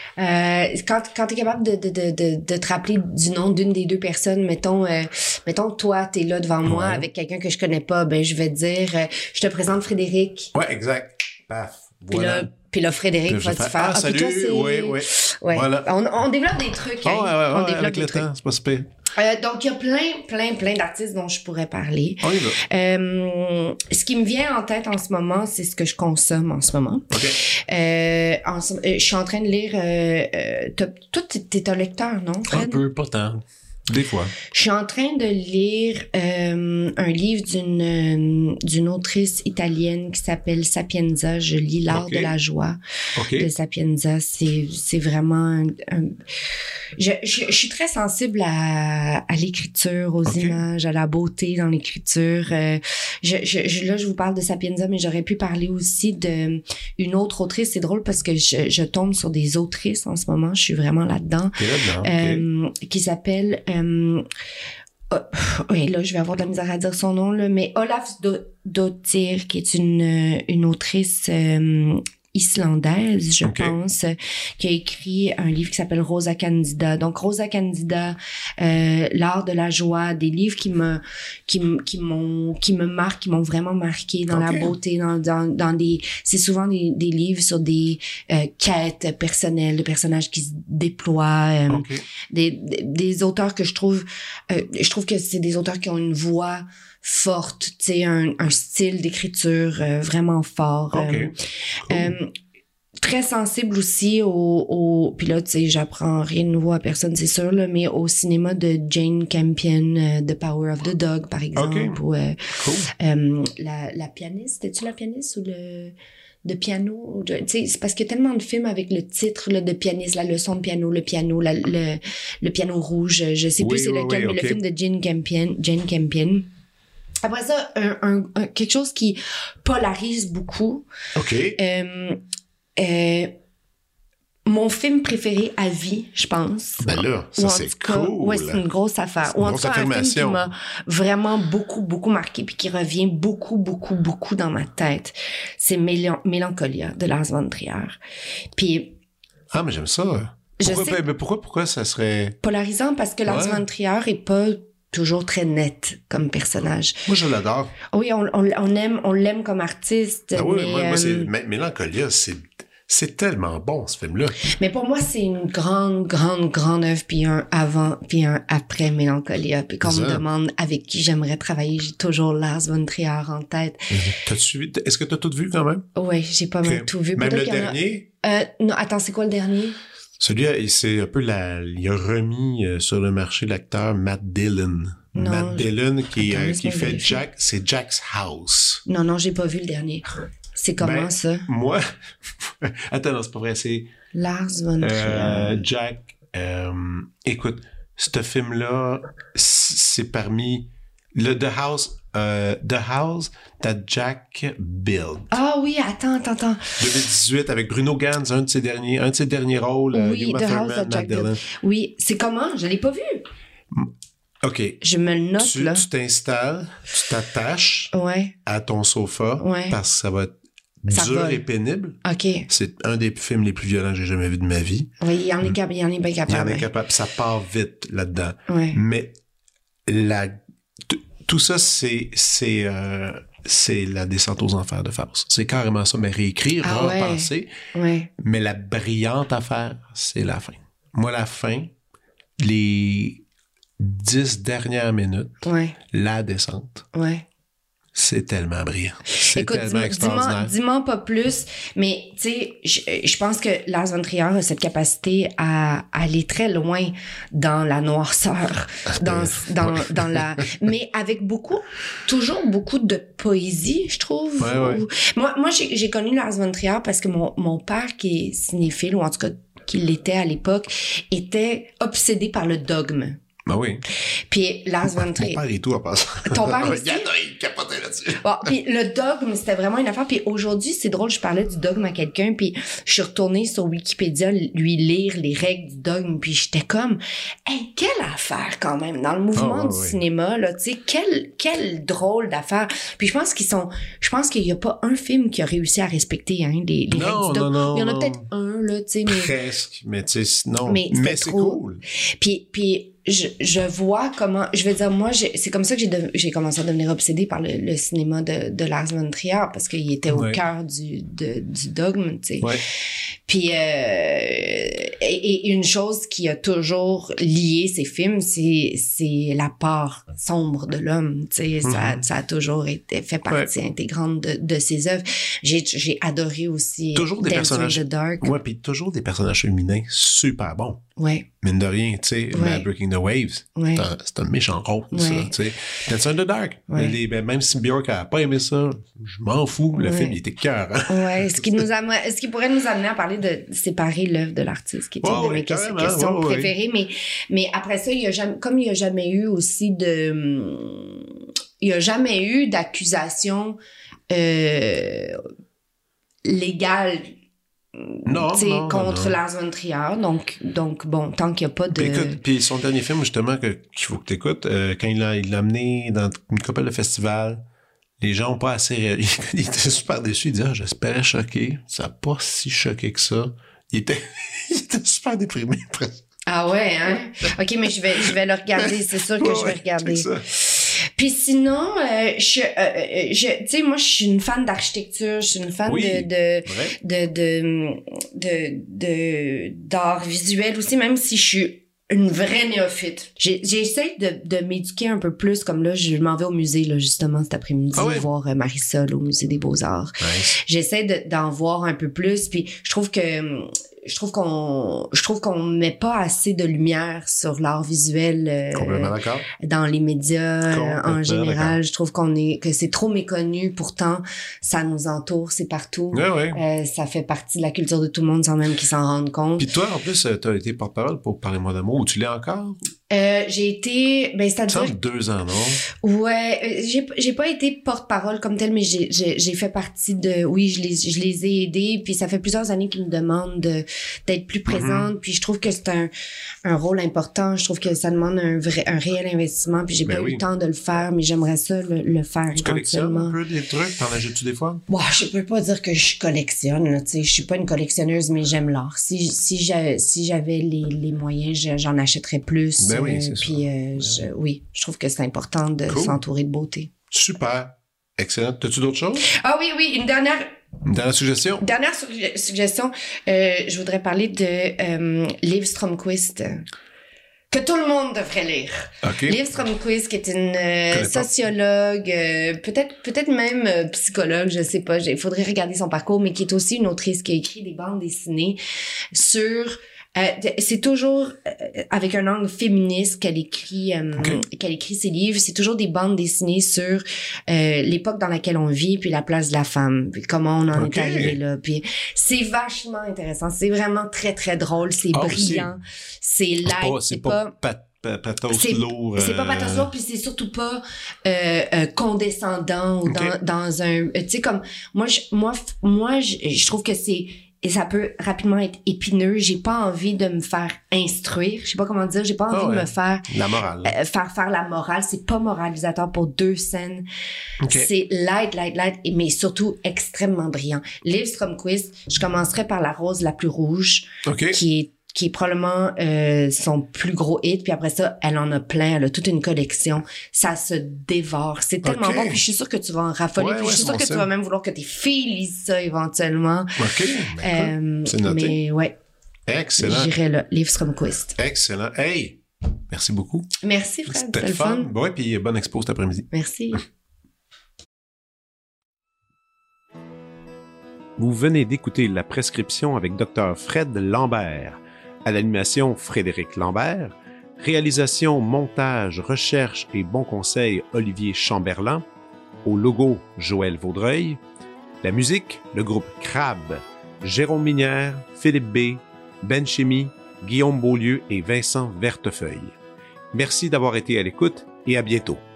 Quand t'es capable de te rappeler du nom d'une des deux personnes, mettons, toi, t'es là devant moi avec quelqu'un que je connais pas, ben, je vais te dire, je te présente Frédéric. Ouais, exact. Paf. Voilà. Puis là, Frédéric va te faire. Salut, toi, oui. Ouais. Voilà. On développe des trucs. On développe avec le temps, c'est pas super. Donc, il y a plein d'artistes dont je pourrais parler. On y va. Ce qui me vient en tête en ce moment, c'est ce que je consomme en ce moment. OK. Je suis en train de lire... toi, t'es un lecteur, non, Fred? Un peu, pas tant. Des fois. Je suis en train de lire un livre d'une autrice italienne qui s'appelle Sapienza. Je lis L'art de la joie de Sapienza. C'est vraiment je suis très sensible à l'écriture, aux images, à la beauté dans l'écriture. Là, je vous parle de Sapienza, mais j'aurais pu parler aussi d'une autre autrice. C'est drôle parce que je tombe sur des autrices en ce moment. Je suis vraiment là-dedans. Qui s'appelle oui, là, je vais avoir de la misère à dire son nom, là, mais Olaf Dottir, qui est une autrice islandaise, je pense, qui a écrit un livre qui s'appelle Rosa Candida. Donc Rosa Candida, L'art de la joie, des livres qui me marquent, qui m'ont vraiment marqué dans la beauté, dans des, c'est souvent des livres sur des quêtes personnelles, de personnages qui se déploient, des auteurs que je trouve que c'est des auteurs qui ont une voix forte, tu sais, un style d'écriture vraiment fort. Cool. Très sensible aussi puis là, tu sais, j'apprends rien de nouveau à personne, c'est sûr, là, mais au cinéma de Jane Campion, The Power of the Dog, par exemple, ou la pianiste, es-tu la pianiste ou de piano? Tu sais, c'est parce qu'il y a tellement de films avec le titre là, de pianiste, la leçon de piano, le piano, le piano rouge, je sais plus c'est lequel, mais le film de Jane Campion. Après ça, quelque chose qui polarise beaucoup. Mon film préféré à vie, je pense. Ben là, ça c'est cool. Ouais, c'est une grosse affaire. Ou en tout cas, un film qui m'a vraiment beaucoup, beaucoup marqué puis qui revient beaucoup, beaucoup, beaucoup dans ma tête. C'est Mélancolia de Lars von Trier. Puis... Ah, mais j'aime ça. Pourquoi ça serait... Polarisant parce que Lars von Trier est pas toujours très net comme personnage. Moi, je l'adore. Oui, on l'aime comme artiste. Ah oui, moi, Mélancolia, c'est tellement bon, ce film-là. Mais pour moi, c'est une grande, grande, grande œuvre, puis un avant, puis un après Mélancolia. Puis quand on me demande avec qui j'aimerais travailler, j'ai toujours Lars von Trier en tête. Est-ce que t'as tout vu quand même? Oui, j'ai pas mal tout vu. Même le dernier? Non, attends, c'est quoi le dernier? Celui-là, c'est un peu il a remis sur le marché l'acteur Matt Dillon. Non, Matt Dillon qui fait c'est Jack's House. Non, j'ai pas vu le dernier. C'est comment ça? Moi, attends, non, c'est pas vrai, c'est Lars von Trier. Jack, écoute, ce film-là, c'est parmi le The House, t'as Jack Build. Ah oui, attends. 2018 avec Bruno Ganz, un de ses derniers rôles. Oui, The House of Jack Build. Oui, c'est comment? Je l'ai pas vu. OK. Je me le note, là. Tu t'installes, tu t'attaches à ton sofa parce que ça va être dur et pénible. OK. C'est un des films les plus violents que j'ai jamais vu de ma vie. Oui, il en est bien capable. Il en est capable. Ça part vite là-dedans. Ouais. Mais tout ça, c'est la descente aux enfers de Faust. C'est carrément ça, mais réécrire, repenser. Ouais. Mais la brillante affaire, c'est la fin. Moi, la fin, les 10 dernières minutes, la descente. Ouais. C'est tellement brillant. Écoute, tellement extraordinaire. Dis-moi pas plus, mais tu sais, je pense que Lars von Trier a cette capacité à aller très loin dans la noirceur, dans la, mais avec toujours beaucoup de poésie, je trouve. Ouais. Moi, j'ai connu Lars von Trier parce que mon père, qui est cinéphile, ou en tout cas, qui l'était à l'époque, était obsédé par le dogme. Ben oui. Puis Lars von Trier. Mon père et tout en passant. Ton père aussi? Il capotait là-dessus. Bon, puis le dogme, c'était vraiment une affaire. Puis aujourd'hui, c'est drôle, je parlais du dogme à quelqu'un, puis je suis retournée sur Wikipédia lui lire les règles du dogme, puis j'étais comme, hey, quelle affaire quand même dans le mouvement du cinéma là, tu sais, quelle drôle d'affaire. Puis je pense qu'il y a pas un film qui a réussi à respecter les règles du dogme. Non. Il y en a peut-être un là, tu sais, presque, mais tu sais non. Mais c'est cool. Puis je vois comment, je veux dire, moi, c'est comme ça que j'ai commencé à devenir obsédée par le cinéma de Lars von Trier, parce qu'il était au cœur du dogme, tu sais. Ouais. Puis, et une chose qui a toujours lié ces films, c'est la part sombre de l'homme, tu sais. Ça a toujours fait partie intégrante de ses œuvres. J'ai adoré aussi toujours des personnages in the Dark. Ouais, puis toujours des personnages féminins super bons. Ouais. Mine de rien, tu sais, Maverick in the Waves, c'est un méchant rôle, ça, tu sais. Dance in the Dark, même si Björk a pas aimé ça, je m'en fous, le film, il était cœur. Ouais, ce qui pourrait nous amener à parler de séparer l'œuvre de l'artiste, qui est une de mes questions préférées, mais après ça, il y a jamais eu aussi il y a jamais eu d'accusation légale contre Lars von Trier, donc bon, tant qu'il n'y a pas de... Puis son dernier film, justement, qu'il faut que tu écoutes, quand il l'a amené dans une couple de festivals, Les gens n'ont pas assez réagi. Il était super déçu. Il disait, j'espérais choquer. Ça n'a pas si choqué que ça. Il était super déprimé. Ah ouais, hein? OK, mais je vais le regarder. C'est sûr que je vais regarder. Puis sinon, tu sais, moi, je suis une fan d'architecture. Je suis une fan d'art visuel aussi, même si je suis une vraie néophyte. J'essaie de m'éduquer un peu plus, comme là, je m'en vais au musée, là, justement, cet après-midi, voir Marisol au Musée des Beaux-Arts. Nice. J'essaie d'en voir un peu plus, puis je trouve qu'on met pas assez de lumière sur l'art visuel complètement d'accord. Dans les médias en général. Je trouve que c'est trop méconnu. Pourtant, ça nous entoure, c'est partout. Ça fait partie de la culture de tout le monde sans même qu'ils s'en rendent compte. Puis toi, en plus, tu as été porte-parole pour Parlez-moi d'amour, ou tu l'es encore? J'ai été, c'est-à-dire... Ça fait 2 ans, non? Ouais, j'ai pas été porte-parole comme telle, mais j'ai fait partie de... Oui, je les ai aidés, puis ça fait plusieurs années qu'ils me demandent d'être plus présente, puis je trouve que c'est un rôle important, je trouve que ça demande un réel investissement, puis j'ai pas eu le temps de le faire, mais j'aimerais ça le faire tu collectionnes un peu des trucs? T'en achètes-tu des fois? Bon, je peux pas dire que je collectionne, là, tu sais, je suis pas une collectionneuse, mais j'aime l'art. Si j'avais les moyens, j'en achèterais plus. Oui, c'est puis je trouve que c'est important de s'entourer de beauté. Super. Excellent. T'as-tu d'autres choses? Ah oui, une dernière suggestion. Suggestion, je voudrais parler de Liv Stromquist, que tout le monde devrait lire. Okay. Liv Stromquist, qui est une sociologue, peut-être même psychologue, je sais pas, il faudrait regarder son parcours, mais qui est aussi une autrice qui a écrit des bandes dessinées sur... c'est toujours avec un angle féministe qu'elle écrit ses livres. C'est toujours des bandes dessinées sur l'époque dans laquelle on vit, puis la place de la femme, puis comment on en est arrivé là. Puis c'est vachement intéressant. C'est vraiment très très drôle. C'est brillant. C'est light. C'est pas pathos lourd. C'est pas pathos lourd, puis c'est surtout pas condescendant ou dans un. Tu sais, comme moi je trouve que c'est. Et ça peut rapidement être épineux. J'ai pas envie de me faire instruire. Je sais pas comment dire. J'ai pas envie de me faire... La morale. Faire la morale. C'est pas moralisateur pour 2 scènes. C'est light, mais surtout extrêmement brillant. Liv Stromquist, je commencerai par La Rose la plus rouge, qui est probablement son plus gros hit, puis après ça, elle en a plein, elle a toute une collection, ça se dévore, c'est tellement bon, puis je suis sûre que tu vas en raffoler, puis je suis sûre que tu vas même vouloir que tes filles lisent ça éventuellement. C'est noté. Mais excellent. J'irai là, Liv Stromquist. Excellent. Hey, merci beaucoup. Merci Fred, c'était le fun. Ouais, puis bonne expo cet après-midi. Merci. Vous venez d'écouter La Prescription avec Dr. Fred Lambert. À l'animation, Frédéric Lambert. Réalisation, montage, recherche et bons conseils, Olivier Chamberlain. Au logo, Joël Vaudreuil. La musique, le groupe Crabe. Jérôme Minière, Philippe B., Ben Chemy, Guillaume Beaulieu et Vincent Vertefeuille. Merci d'avoir été à l'écoute et à bientôt.